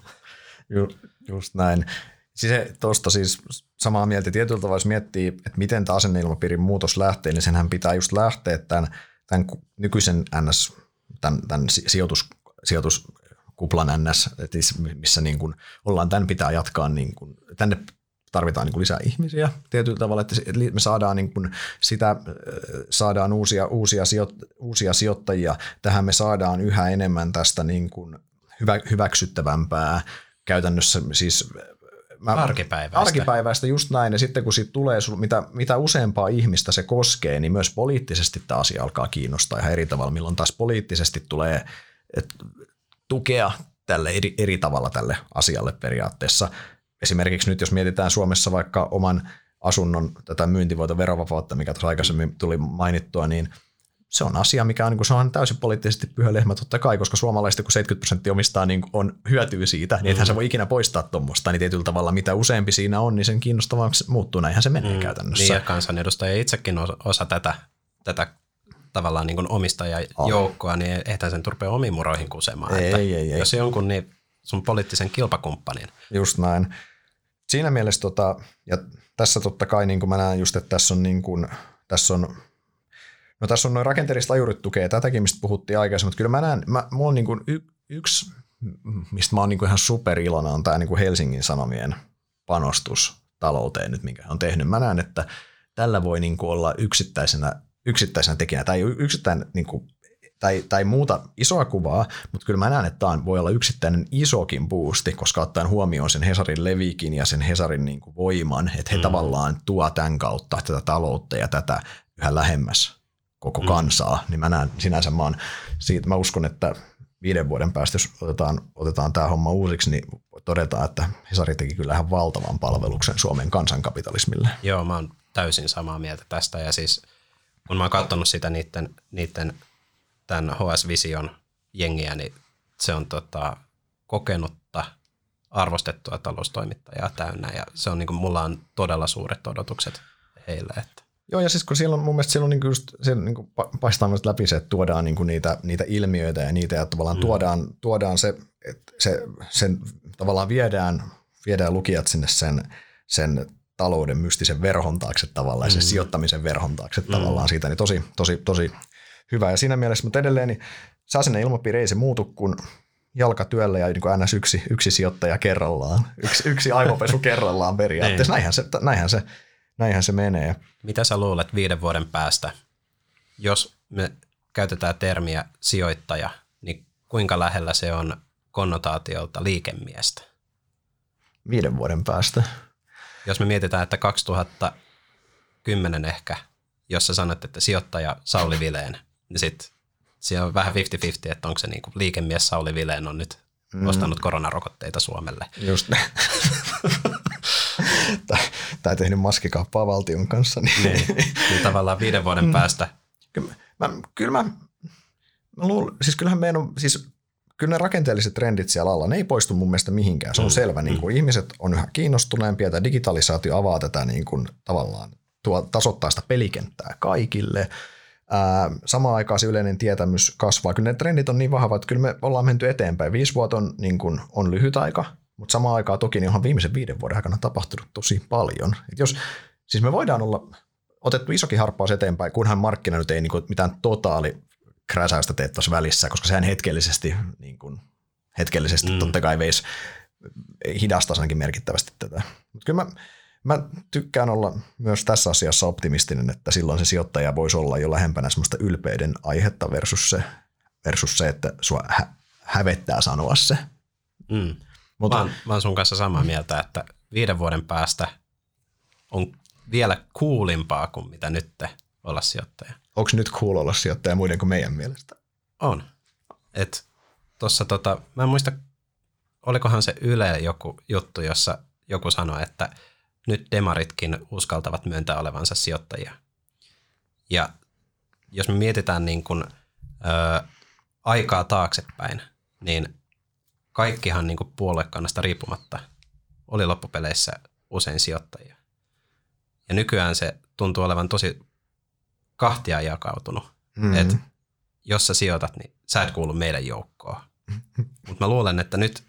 Ju, just näin. Siis tuosta siis samaa mieltä. Tietyllä tavalla, jos miettii, että miten tämä asenneilmapiirin muutos lähtee, niin senhän pitää just lähteä tämän, tämän nykyisen N S, tämän, tämän sijoitus, sijoitus kuplan N S, missä niin kuin ollaan, tämän pitää jatkaa, niin kuin, tänne tarvitaan niin kuin lisää ihmisiä tietyllä tavalla, että me saadaan, niin kuin sitä, saadaan uusia, uusia, sijoit, uusia sijoittajia, tähän me saadaan yhä enemmän tästä niin kuin hyvä, hyväksyttävämpää käytännössä siis mä, arkipäiväistä. arkipäiväistä, just näin, ja sitten kun siitä tulee, mitä, mitä useampaa ihmistä se koskee, niin myös poliittisesti tämä asia alkaa kiinnostaa ihan eri tavalla, milloin taas poliittisesti tulee että tukea tälle eri, eri tavalla tälle asialle periaatteessa. Esimerkiksi nyt, jos mietitään Suomessa vaikka oman asunnon tätä myyntivoiton verovapautta, mikä tuossa aikaisemmin tuli mainittua, niin se on asia, mikä on, niin kuin, se on täysin poliittisesti pyhä lehmä totta kai, koska suomalaisista kun seitsemänkymmentä prosenttia omistaa, niin on hyötyy siitä, niin ethän se voi ikinä poistaa tuommoista, niin tietyllä tavalla mitä useampi siinä on, niin sen kiinnostavaksi muuttuu, näinhän se menee mm, käytännössä. Niin ja kansanedustaja itsekin osa, osa tätä, tätä tavallaan niin kuin omistajajoukkoa, niin eihän sen turpea omiin muroihin kusemaan. Ei, että ei, ei, jos jonkun, niin sun poliittisen kilpakumppanin. Just näin. Siinä mielessä, tota, ja tässä totta kai niin kuin mä näen just, että tässä on, niin kuin, tässä on, no tässä on noin rakenteelliset ajurit tukee tätäkin, mistä puhuttiin aikaisemmin, mutta kyllä mä näen, mä, mulla on niin kuin y, yksi, mistä mä oon niin kuin ihan superiloinen, on tämä niin kuin Helsingin Sanomien panostus talouteen nyt, minkä he on tehnyt. Mä näen, että tällä voi niin kuin olla yksittäisenä, yksittäisenä tekijänä, tai yksittäin niin kuin Tai, tai muuta isoa kuvaa, mutta kyllä mä näen, että tämä voi olla yksittäinen isokin boosti, koska ottaen huomioon sen Hesarin levikin ja sen Hesarin niin kuin voiman, että he mm. tavallaan tuo tämän kautta tätä taloutta ja tätä yhä lähemmäs koko mm. kansaa, niin mä näen sinänsä, mä, oon, siitä, mä uskon, että viiden vuoden päästä, jos otetaan, otetaan tämä homma uusiksi, niin todetaan, että Hesari teki kyllä ihan valtavan palveluksen Suomen kansankapitalismille. Joo, mä oon täysin samaa mieltä tästä, ja siis kun mä oon katsonut sitä niiden, niiden tämän H S-vision jengiä, niin se on tota, kokenutta, arvostettua taloustoimittajaa täynnä, ja se on niin kuin, mulla on todella suuret odotukset heille. Että. Joo, ja siis kun siellä on, mun mielestä siellä on niin just, siellä niin paistaa myös läpi se, että tuodaan niin niitä, niitä ilmiöitä ja niitä, ja tavallaan mm. tuodaan, tuodaan se, että se, sen tavallaan viedään, viedään lukijat sinne sen, sen talouden mystisen verhon taakse tavallaan, mm. ja sen sijoittamisen verhon taakse mm. tavallaan siitä, niin tosi, tosi, tosi hyvä. Ja siinä mielessä, mutta edelleen, niin se asennon ilmapiiri ei se muutu, kun jalkatyöllä ja niin kuin aina yksi, yksi sijoittaja kerrallaan, yksi, yksi aivopesu kerrallaan periaatteessa. näinhän, se, näinhän, se, näinhän se menee. Mitä sä luulet viiden vuoden päästä, jos me käytetään termiä sijoittaja, niin kuinka lähellä se on konnotaatiolta liikemiestä? Viiden vuoden päästä? Jos me mietitään, että kaksituhattakymmenen ehkä, jos sä sanot, että sijoittaja Sauli Vilén, niin sitten siellä on vähän viisikymmentä viisikymmentä, että onko se niin kuin liikemies Sauli Vilén on nyt mm. ostanut koronarokotteita Suomelle. Just ne. tai, tai tehnyt maskikauppaa valtion kanssa. Niin, niin, niin tavallaan viiden vuoden mm. päästä. Kyllä mä, kyllä mä, mä luulen, siis kyllähän meidän on, siis kyllä ne rakenteelliset trendit siellä alla, ne ei poistu mun mielestä mihinkään. Se on mm. selvä, niin kuin mm. ihmiset on yhä kiinnostuneempia, tämä digitalisaatio avaa tätä niin kuin tavallaan tuo tasoittaa sitä pelikenttää kaikille. Ää, samaan aikaan se yleinen tietämys kasvaa. Kyllä ne trendit on niin vahvat, että kyllä me ollaan menty eteenpäin. Viisi vuotta on, niin kuin, on lyhyt aika, mutta samaan aikaan toki niin onhan viimeisen viiden vuoden aikana tapahtunut tosi paljon. Et jos, siis me voidaan olla otettu isokin harppaus eteenpäin, kunhan markkina nyt ei niin kuin, mitään totaali kräsäystä tee tuossa välissä, koska sehän hetkellisesti, niin kuin, hetkellisesti mm. totta kai veisi hidastaisi ainakin merkittävästi tätä. Mutta kyllä mä, mä tykkään olla myös tässä asiassa optimistinen, että silloin se sijoittaja voisi olla jo lähempänä semmoista ylpeyden aihetta versus se, versus se että sua hä- hävettää sanoa se. Mm. Mutta mä, oon, mä oon sun kanssa samaa mieltä, että viiden vuoden päästä on vielä coolimpaa kuin mitä nyt olla sijoittaja. Onko nyt cool olla sijoittaja muiden kuin meidän mielestä? On. Et tossa tota, mä en muista, olikohan se Yle joku juttu, jossa joku sanoi, että nyt demaritkin uskaltavat myöntää olevansa sijoittajia. Ja jos me mietitään niin kun, ö, aikaa taaksepäin, niin kaikkihan niin kun puoluekannasta riippumatta oli loppupeleissä usein sijoittajia. Ja nykyään se tuntuu olevan tosi kahtia jakautunut. Mm-hmm. Että jos sä sijoitat, niin sä et kuulu meidän joukkoon. Mutta mä luulen, että nyt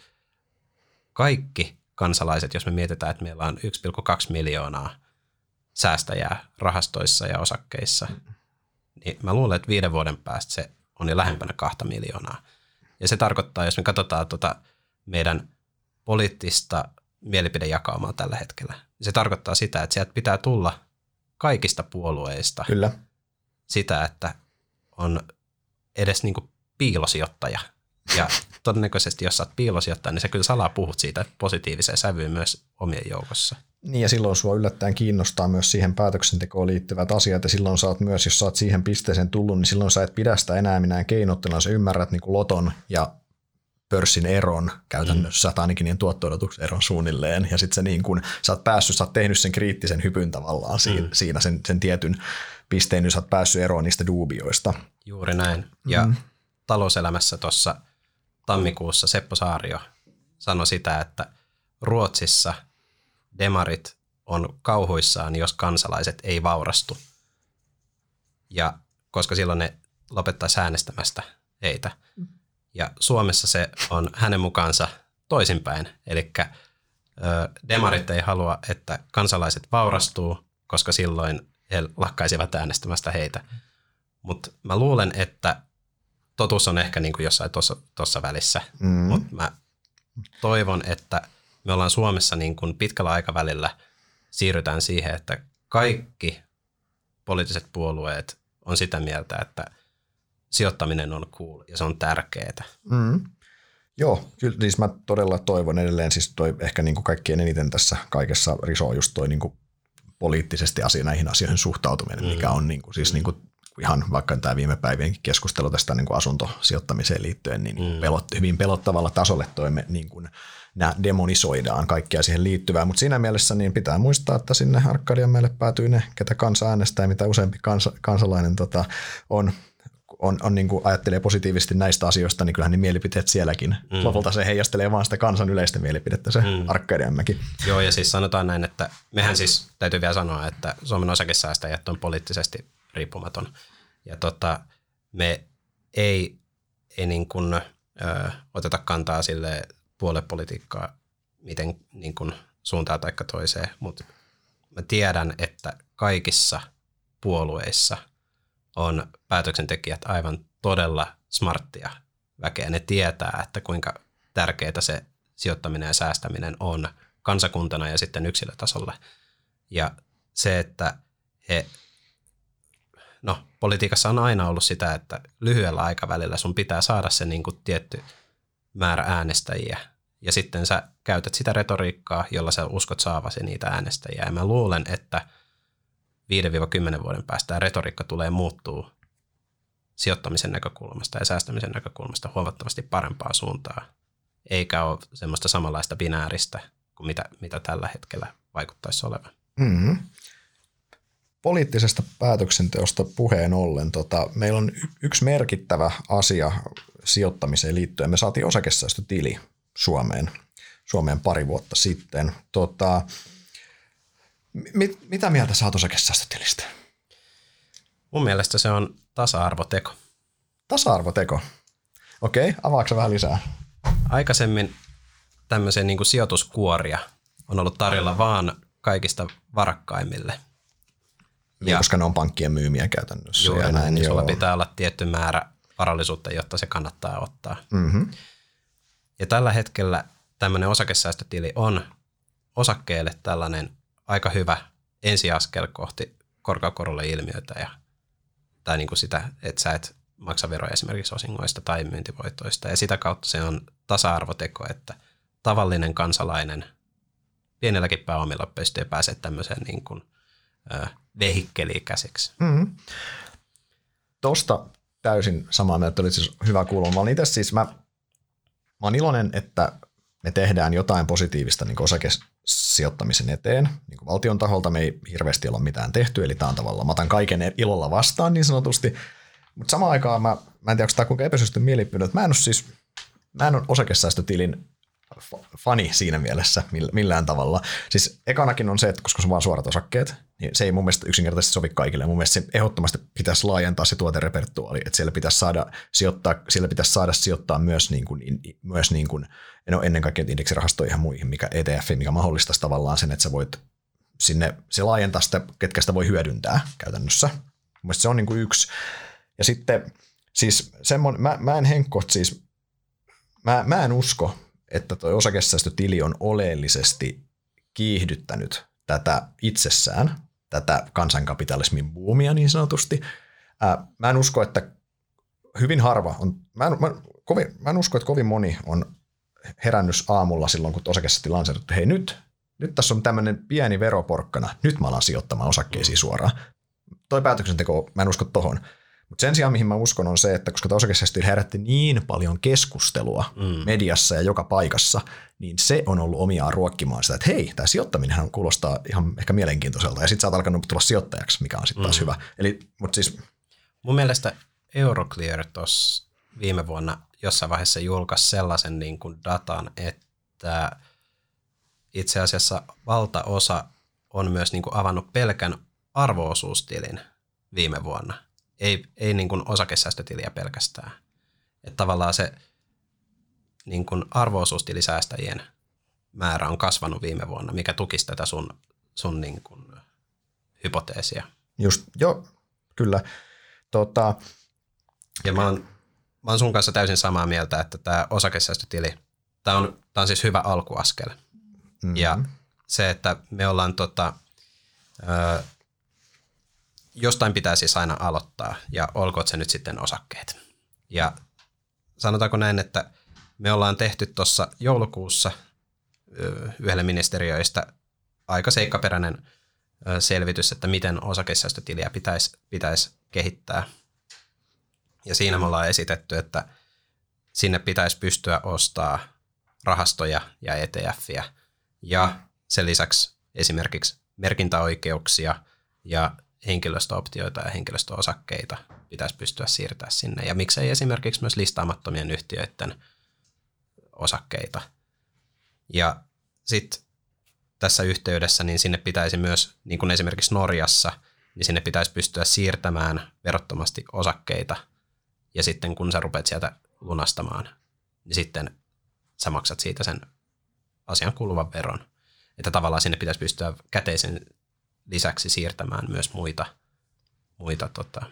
kaikki kansalaiset, jos me mietitään, että meillä on yksi pilkku kaksi miljoonaa säästäjää rahastoissa ja osakkeissa, niin mä luulen, että viiden vuoden päästä se on jo lähempänä kahta miljoonaa. Ja se tarkoittaa, jos me katsotaan tuota meidän poliittista mielipidejakaumaa tällä hetkellä, niin se tarkoittaa sitä, että sieltä pitää tulla kaikista puolueista Kyllä. sitä, että on edes niin kuin piilosijoittaja. Ja todennäköisesti, jos sä oot piilosijoittaja, niin sä kyllä salaa puhut siitä positiiviseen sävyyn myös omien joukossa. Niin ja silloin sua yllättäen kiinnostaa myös siihen päätöksentekoon liittyvät asiat ja silloin sä oot myös, jos sä oot siihen pisteeseen tullut, niin silloin sä et pidä sitä enää minään keinotteluna. Sä ymmärrät niin kuin loton ja pörssin eron käytännössä, mm. tai ainakin niin tuotto-odotuksen eron suunnilleen, ja sitten niin kun sä oot päässyt, sä oot tehnyt sen kriittisen hypyn tavallaan siinä, mm. siinä sen, sen tietyn pisteen, niin sä oot päässyt eroon niistä duubioista. Juuri näin. Ja mm. talouselämässä tuossa tammikuussa Seppo Saario sanoi sitä, että Ruotsissa demarit on kauhuissaan, jos kansalaiset ei vaurastu. Ja koska silloin ne lopettaisi äänestämästä heitä. Mm. Ja Suomessa se on hänen mukaansa toisinpäin. Eli demarit ei halua, että kansalaiset vaurastuu, koska silloin he lakkaisivat äänestämästä heitä. Mutta mä luulen, että totuus on ehkä niin kuin jossain tuossa välissä. Mm. Mutta mä toivon, että me ollaan Suomessa niin kuin pitkällä aikavälillä siirrytään siihen, että kaikki poliittiset puolueet on sitä mieltä, että sijoittaminen on cool ja se on tärkeää. Mm. Joo, kyllä siis mä todella toivon edelleen, siis toi ehkä niin kuin kaikkien eniten tässä kaikessa risoo just toi niin kuin poliittisesti asia, näihin asioihin suhtautuminen, mm. mikä on niin kuin, siis niin kuin ihan vaikka tämä viime päivienkin keskustelu tästä niin kuin asuntosijoittamiseen liittyen, niin mm. pelot, hyvin pelottavalla tasolle toimme niin kuin nämä demonisoidaan kaikkea siihen liittyvää, mutta siinä mielessä niin pitää muistaa, että sinne Arkadianmäelle päätyy ne, ketä kansa äänestää, mitä useampi kansa, kansalainen tota, on on, on niin kuin ajattelee positiivisesti näistä asioista, niin kyllähän ne mielipiteet sielläkin. Mm. Lopulta se heijastelee vaan sitä kansan yleistä mielipidettä, se mm. Arcadianmäki. Joo, ja siis sanotaan näin, että mehän siis täytyy vielä sanoa, että Suomen osakesäästäjät on poliittisesti riippumaton. Ja tota, me ei, ei niin kuin, ö, oteta kantaa sille puoluepolitiikkaa miten niin kuin suuntaan tai toiseen, mutta mä tiedän, että kaikissa puolueissa on päätöksentekijät aivan todella smarttia väkeä. Ne tietää, että kuinka tärkeää se sijoittaminen ja säästäminen on kansakuntana ja sitten yksilötasolla. Ja se, että he, no politiikassa on aina ollut sitä, että lyhyellä aikavälillä sun pitää saada se niin kuin tietty määrä äänestäjiä. Ja sitten sä käytät sitä retoriikkaa, jolla sä uskot saavasi niitä äänestäjiä. Ja mä luulen, että viiden kymmenen vuoden päästä retoriikka tulee muuttuu sijoittamisen näkökulmasta ja säästämisen näkökulmasta huomattavasti parempaa suuntaa. Eikä ole semmoista samanlaista binääristä kuin mitä, mitä tällä hetkellä vaikuttaisi olevan. Mm-hmm. Poliittisesta päätöksenteosta puheen ollen, tota, meillä on y- yksi merkittävä asia sijoittamiseen liittyen. Me saatiin osakesäästötili Suomeen, Suomeen pari vuotta sitten. Tota, mit, mitä mieltä sä oot osakesäästötilistä? Mun mielestä se on tasa-arvoteko. Tasa-arvoteko? Okei, avaatko vähän lisää? Aikaisemmin tämmöisiä niin kuin sijoituskuoria on ollut tarjolla vaan kaikista varakkaimmille. Ja, koska ne on pankkien myymiä käytännössä. Juuri ja näin, niin sulla pitää olla tietty määrä varallisuutta, jotta se kannattaa ottaa. Mm-hmm. Ja tällä hetkellä tämmöinen osakesäästötili on osakkeelle tällainen aika hyvä ensiaskel kohti korkeakorulle ilmiötä ja, tai niin kuin sitä, että sä et maksa veroja esimerkiksi osingoista tai myyntivoitoista. Ja sitä kautta se on tasa-arvoteko, että tavallinen kansalainen pienelläkin pääomilla pystyy pääsemään tämmöiseen niin kuin, ö, vehikkeliin käsiksi. Mm-hmm. Tuosta täysin samaa mieltä, oli siis hyvä kuulla. Mä olen itse siis, mä, mä olen iloinen, että me tehdään jotain positiivista niin osakesijoittamisen eteen. Niin kuin valtion taholta me ei hirveästi ole mitään tehty, eli tämä on tavallaan, mä otan kaiken ilolla vastaan niin sanotusti. Mutta samaan aikaan mä, mä en tiedä, onko tämä kuinka epäsyysty mielipide, että mä en ole siis, mä en ole osakesäästötilin fani siinä mielessä millään tavalla. Siis ekanakin on se, että koska se on vaan suorat osakkeet, niin se ei mun mielestä yksinkertaisesti sovi kaikille. Mun mielestä se ehdottomasti pitäisi laajentaa se tuoterepertuaali, että siellä pitäisi saada sijoittaa, siellä pitäisi saada sijoittaa myös, niin kuin, myös niin kuin, no ennen kaikkea indeksirahastoihin ja muihin, mikä E T F, mikä mahdollistaisi tavallaan sen, että sä voit sinne, se laajentaa sitä, ketkä sitä voi hyödyntää käytännössä. Mun mielestä se on niin kuin yksi. Ja sitten siis semmoinen, mä, mä en henkkoht siis, mä, mä en usko, että tuo osakesäästötili on oleellisesti kiihdyttänyt tätä itsessään, tätä kansankapitalismin buumia niin sanotusti. Ää, mä en usko, että hyvin harva on, mä en, mä, kovin, mä en usko, että kovin moni on herännyt aamulla silloin, kun osakesäästötili lanseerattu, hei nyt, nyt tässä on tämmöinen pieni veroporkkana, nyt mä alan sijoittamaan osakkeisiin suoraan. Toi päätöksenteko, mä en usko tohon. Mutta sen sijaan, mihin mä uskon, on se, että koska tämä osakesäästötili herätti niin paljon keskustelua mm. mediassa ja joka paikassa, niin se on ollut omiaan ruokkimaan sitä, että hei, tämä sijoittaminenhan kuulostaa ihan ehkä mielenkiintoiselta. Ja sitten sä oot alkanut tulla sijoittajaksi, mikä on sitten taas mm. hyvä. Eli, mut siis... Mun mielestä Euroclear tuossa viime vuonna jossain vaiheessa julkaisi sellaisen niin kuin datan, että itse asiassa valtaosa on myös niin kuin avannut pelkän arvo-osuustilin viime vuonna. Ei, ei niin kuin osakesäästötiliä pelkästään. Että tavallaan se niin kuin arvo-osuustilisäästäjien määrä on kasvanut viime vuonna, mikä tukisi tätä sun, sun niin kuin hypoteesia. Just, joo, kyllä. Tota. Ja mä oon, mä oon sun kanssa täysin samaa mieltä, että tämä osakesäästötili, tämä on, tää on siis hyvä alkuaskel. Mm-hmm. Ja se, että me ollaan tota, ö, jostain pitää siis aina aloittaa, ja olkoot se nyt sitten osakkeet. Ja sanotaanko näin, että me ollaan tehty tuossa joulukuussa yhdelle ministeriöistä aika seikkaperäinen selvitys, että miten osakesäästötiliä pitäisi, pitäisi kehittää. Ja siinä me ollaan esitetty, että sinne pitäisi pystyä ostaa rahastoja ja E T F:iä, ja sen lisäksi esimerkiksi merkintäoikeuksia ja henkilöstöoptioita ja henkilöstöosakkeita pitäisi pystyä siirtämään sinne. Ja miksei esimerkiksi myös listaamattomien yhtiöiden osakkeita. Ja sitten tässä yhteydessä niin sinne pitäisi myös, niin kuin esimerkiksi Norjassa, niin sinne pitäisi pystyä siirtämään verottomasti osakkeita. Ja sitten kun sä rupeat sieltä lunastamaan, niin sitten sä maksat siitä sen asian kuuluvan veron. Että tavallaan sinne pitäisi pystyä käteisen lisäksi siirtämään myös muita, muita tota,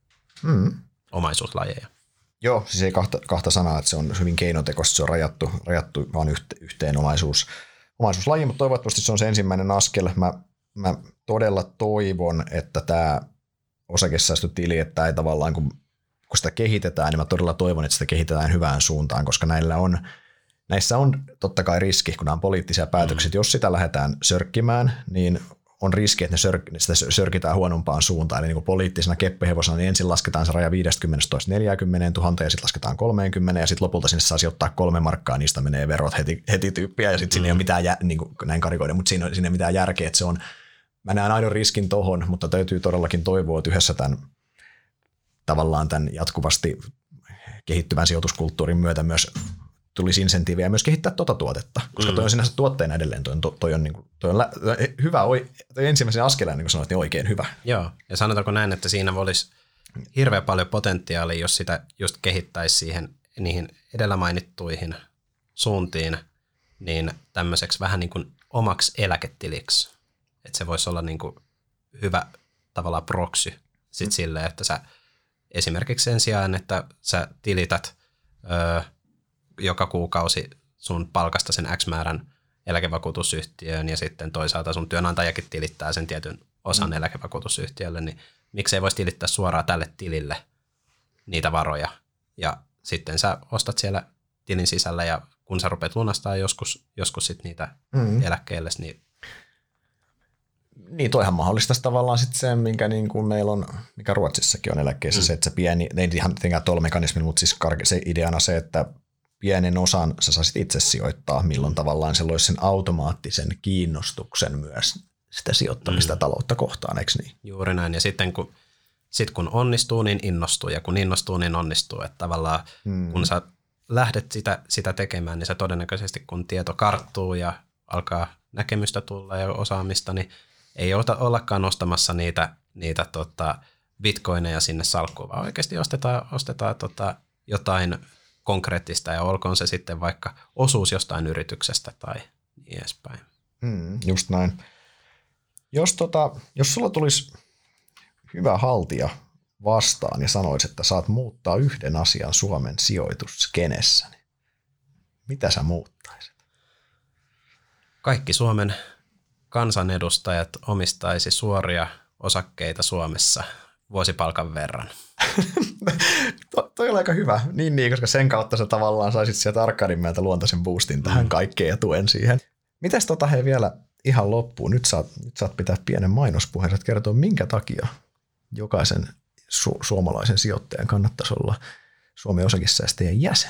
mm. omaisuuslajeja. Joo, siis ei kahta, kahta sanaa, että se on hyvin keinotekoista, se on rajattu, rajattu vaan yhteen omaisuus, omaisuuslaji, mutta toivottavasti se on se ensimmäinen askel. Mä, mä todella toivon, että tämä osakesäästötili, että ei tavallaan, kun, kun sitä kehitetään, niin mä todella toivon, että sitä kehitetään hyvään suuntaan, koska näillä on, näissä on totta kai riski, kun nämä on poliittisia päätöksiä. Mm. Jos sitä lähdetään sörkkimään, niin on riski, että ne sör, sitä sörkitään huonompaan suuntaan. Eli niin kuin poliittisena keppihevosena, niin ensin lasketaan se raja viisikymmentä neljäkymmentä tuhatta ja sitten lasketaan kolmekymmentä ja sitten lopulta sinne saa sijoittaa kolme markkaa, niistä menee verot heti, heti tyyppiä ja sitten mm. siinä ei ole mitään, jä, niin kuin näin karikoiden, mutta siinä, siinä ei ole mitään järkeä, että se on, mä näen aidon riskin tohon, mutta täytyy todellakin toivoa, että yhdessä tämän tavallaan tämän jatkuvasti kehittyvän sijoituskulttuurin myötä myös tulisi insentiivejä myös kehittää tuota tuotetta, koska toi on sinänsä tuotteena edelleen, toi on, toi on, toi on lä- hyvä, toi ensimmäisen askeleen, niin kuin sanoit, niin oikein hyvä. Joo, ja sanotaanko näin, että siinä olisi hirveän paljon potentiaalia, jos sitä just kehittäisi siihen niihin edellä mainittuihin suuntiin, niin tämmöiseksi vähän niin kuin omaksi eläketiliksi, että se voisi olla niin kuin hyvä tavallaan proksy sit mm. silleen, että sä esimerkiksi sen sijaan, että sä tilität öö, joka kuukausi sun palkasta sen X määrän eläkevakuutusyhtiöön ja sitten toisaalta sun työnantajakin tilittää sen tietyn osan mm. eläkevakuutusyhtiölle, niin miksei voisi tilittää suoraan tälle tilille niitä varoja. Ja sitten sä ostat siellä tilin sisällä ja kun sä rupeat lunastaa joskus, joskus sit niitä mm. eläkkeelle, niin niin, toihan mahdollistaisi tavallaan sitten se, minkä niin kuin meillä on, mikä Ruotsissakin on eläkkeessä, mm. se, että se pieni, ei ihan tietenkään tuolla mekanismi, mutta siis se ideana se, että pienen osan sä saisit itse sijoittaa, milloin tavallaan se loisi sen automaattisen kiinnostuksen myös sitä sijoittamista mm. taloutta kohtaan, eikö niin? Juuri näin, ja sitten kun, sit kun onnistuu, niin innostuu, ja kun innostuu, niin onnistuu, että tavallaan mm. kun sä lähdet sitä, sitä tekemään, niin sä todennäköisesti kun tieto karttuu ja alkaa näkemystä tulla ja osaamista, niin ei ollakaan ostamassa niitä, niitä tota bitcoineja sinne salkkuun, vaan oikeasti ostetaan, ostetaan tota jotain konkreettista ja olkoon se sitten vaikka osuus jostain yrityksestä tai niin edespäin. Mm, just näin. Jos, tota, jos sulla tulisi hyvä haltija vastaan ja sanoisi, että saat muuttaa yhden asian Suomen sijoitusskenessä, niin mitä sä muuttaisit? Kaikki Suomen kansanedustajat omistaisi suoria osakkeita Suomessa vuosipalkan verran. to, toi on aika hyvä, niin, niin, koska sen kautta sä tavallaan saisit sieltä Arkadinmäeltä luontaisen boostin tähän mm. kaikkeen ja tuen siihen. Mitäs tota hei vielä ihan loppuun? Nyt saat, nyt saat pitää pienen mainospuheen, että kertoa minkä takia jokaisen su- suomalaisen sijoittajan kannattaisi olla Suomen osakesäästäjien jäsen.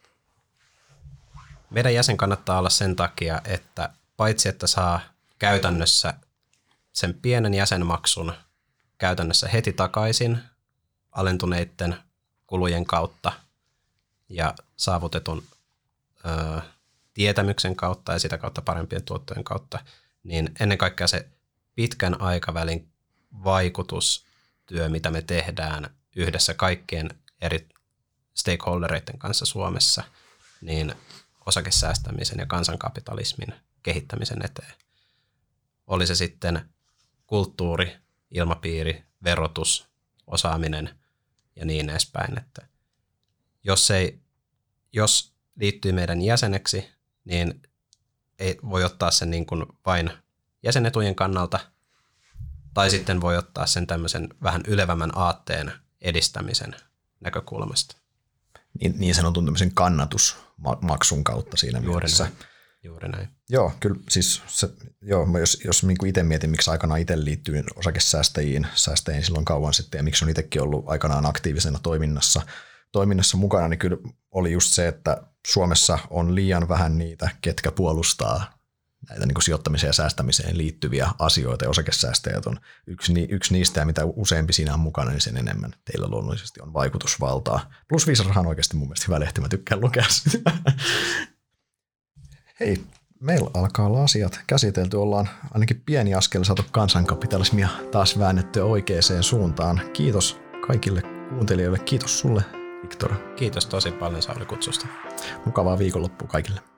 Meidän jäsen kannattaa olla sen takia, että paitsi että saa käytännössä sen pienen jäsenmaksun käytännössä heti takaisin alentuneiden kulujen kautta ja saavutetun ö, tietämyksen kautta ja sitä kautta parempien tuottojen kautta, niin ennen kaikkea se pitkän aikavälin vaikutustyö, mitä me tehdään yhdessä kaikkien eri stakeholdereiden kanssa Suomessa, niin osakesäästämisen ja kansankapitalismin kehittämisen eteen. Oli se sitten kulttuuri, ilmapiiri, verotus, osaaminen ja niin edespäin. Että jos, ei, jos liittyy meidän jäseneksi, niin ei voi ottaa sen niin kuin vain jäsenetujen kannalta, tai sitten voi ottaa sen tämmöisen vähän ylevämmän aatteen edistämisen näkökulmasta. Niin, niin sanotun tämmöisen kannatusmaksun kautta siinä Juuri mielessä. Näin. Juuri näin. Joo, kyllä siis se, joo, jos, jos niin itse mietin, miksi aikanaan itse liittyin osakesäästäjiin, säästäjiin silloin kauan sitten ja miksi on itsekin ollut aikanaan aktiivisena toiminnassa, toiminnassa mukana, niin kyllä oli just se, että Suomessa on liian vähän niitä, ketkä puolustaa näitä niin kuin sijoittamiseen ja säästämiseen liittyviä asioita, ja osakesäästäjät on yksi, yksi niistä, ja mitä useampi siinä on mukana, niin sen enemmän teillä luonnollisesti on vaikutusvaltaa. Plus Viisarrahan on oikeasti mun mielestä hyvä lehti, mä tykkään lukea sitä. Hei, meillä alkaa olla asiat käsitelty, ollaan ainakin pieni askel saatu kansankapitalismia taas väännettyä oikeaan suuntaan. Kiitos kaikille kuuntelijoille, kiitos sulle, Viktor. Kiitos tosi paljon Sauli kutsusta. Mukavaa viikonloppua kaikille.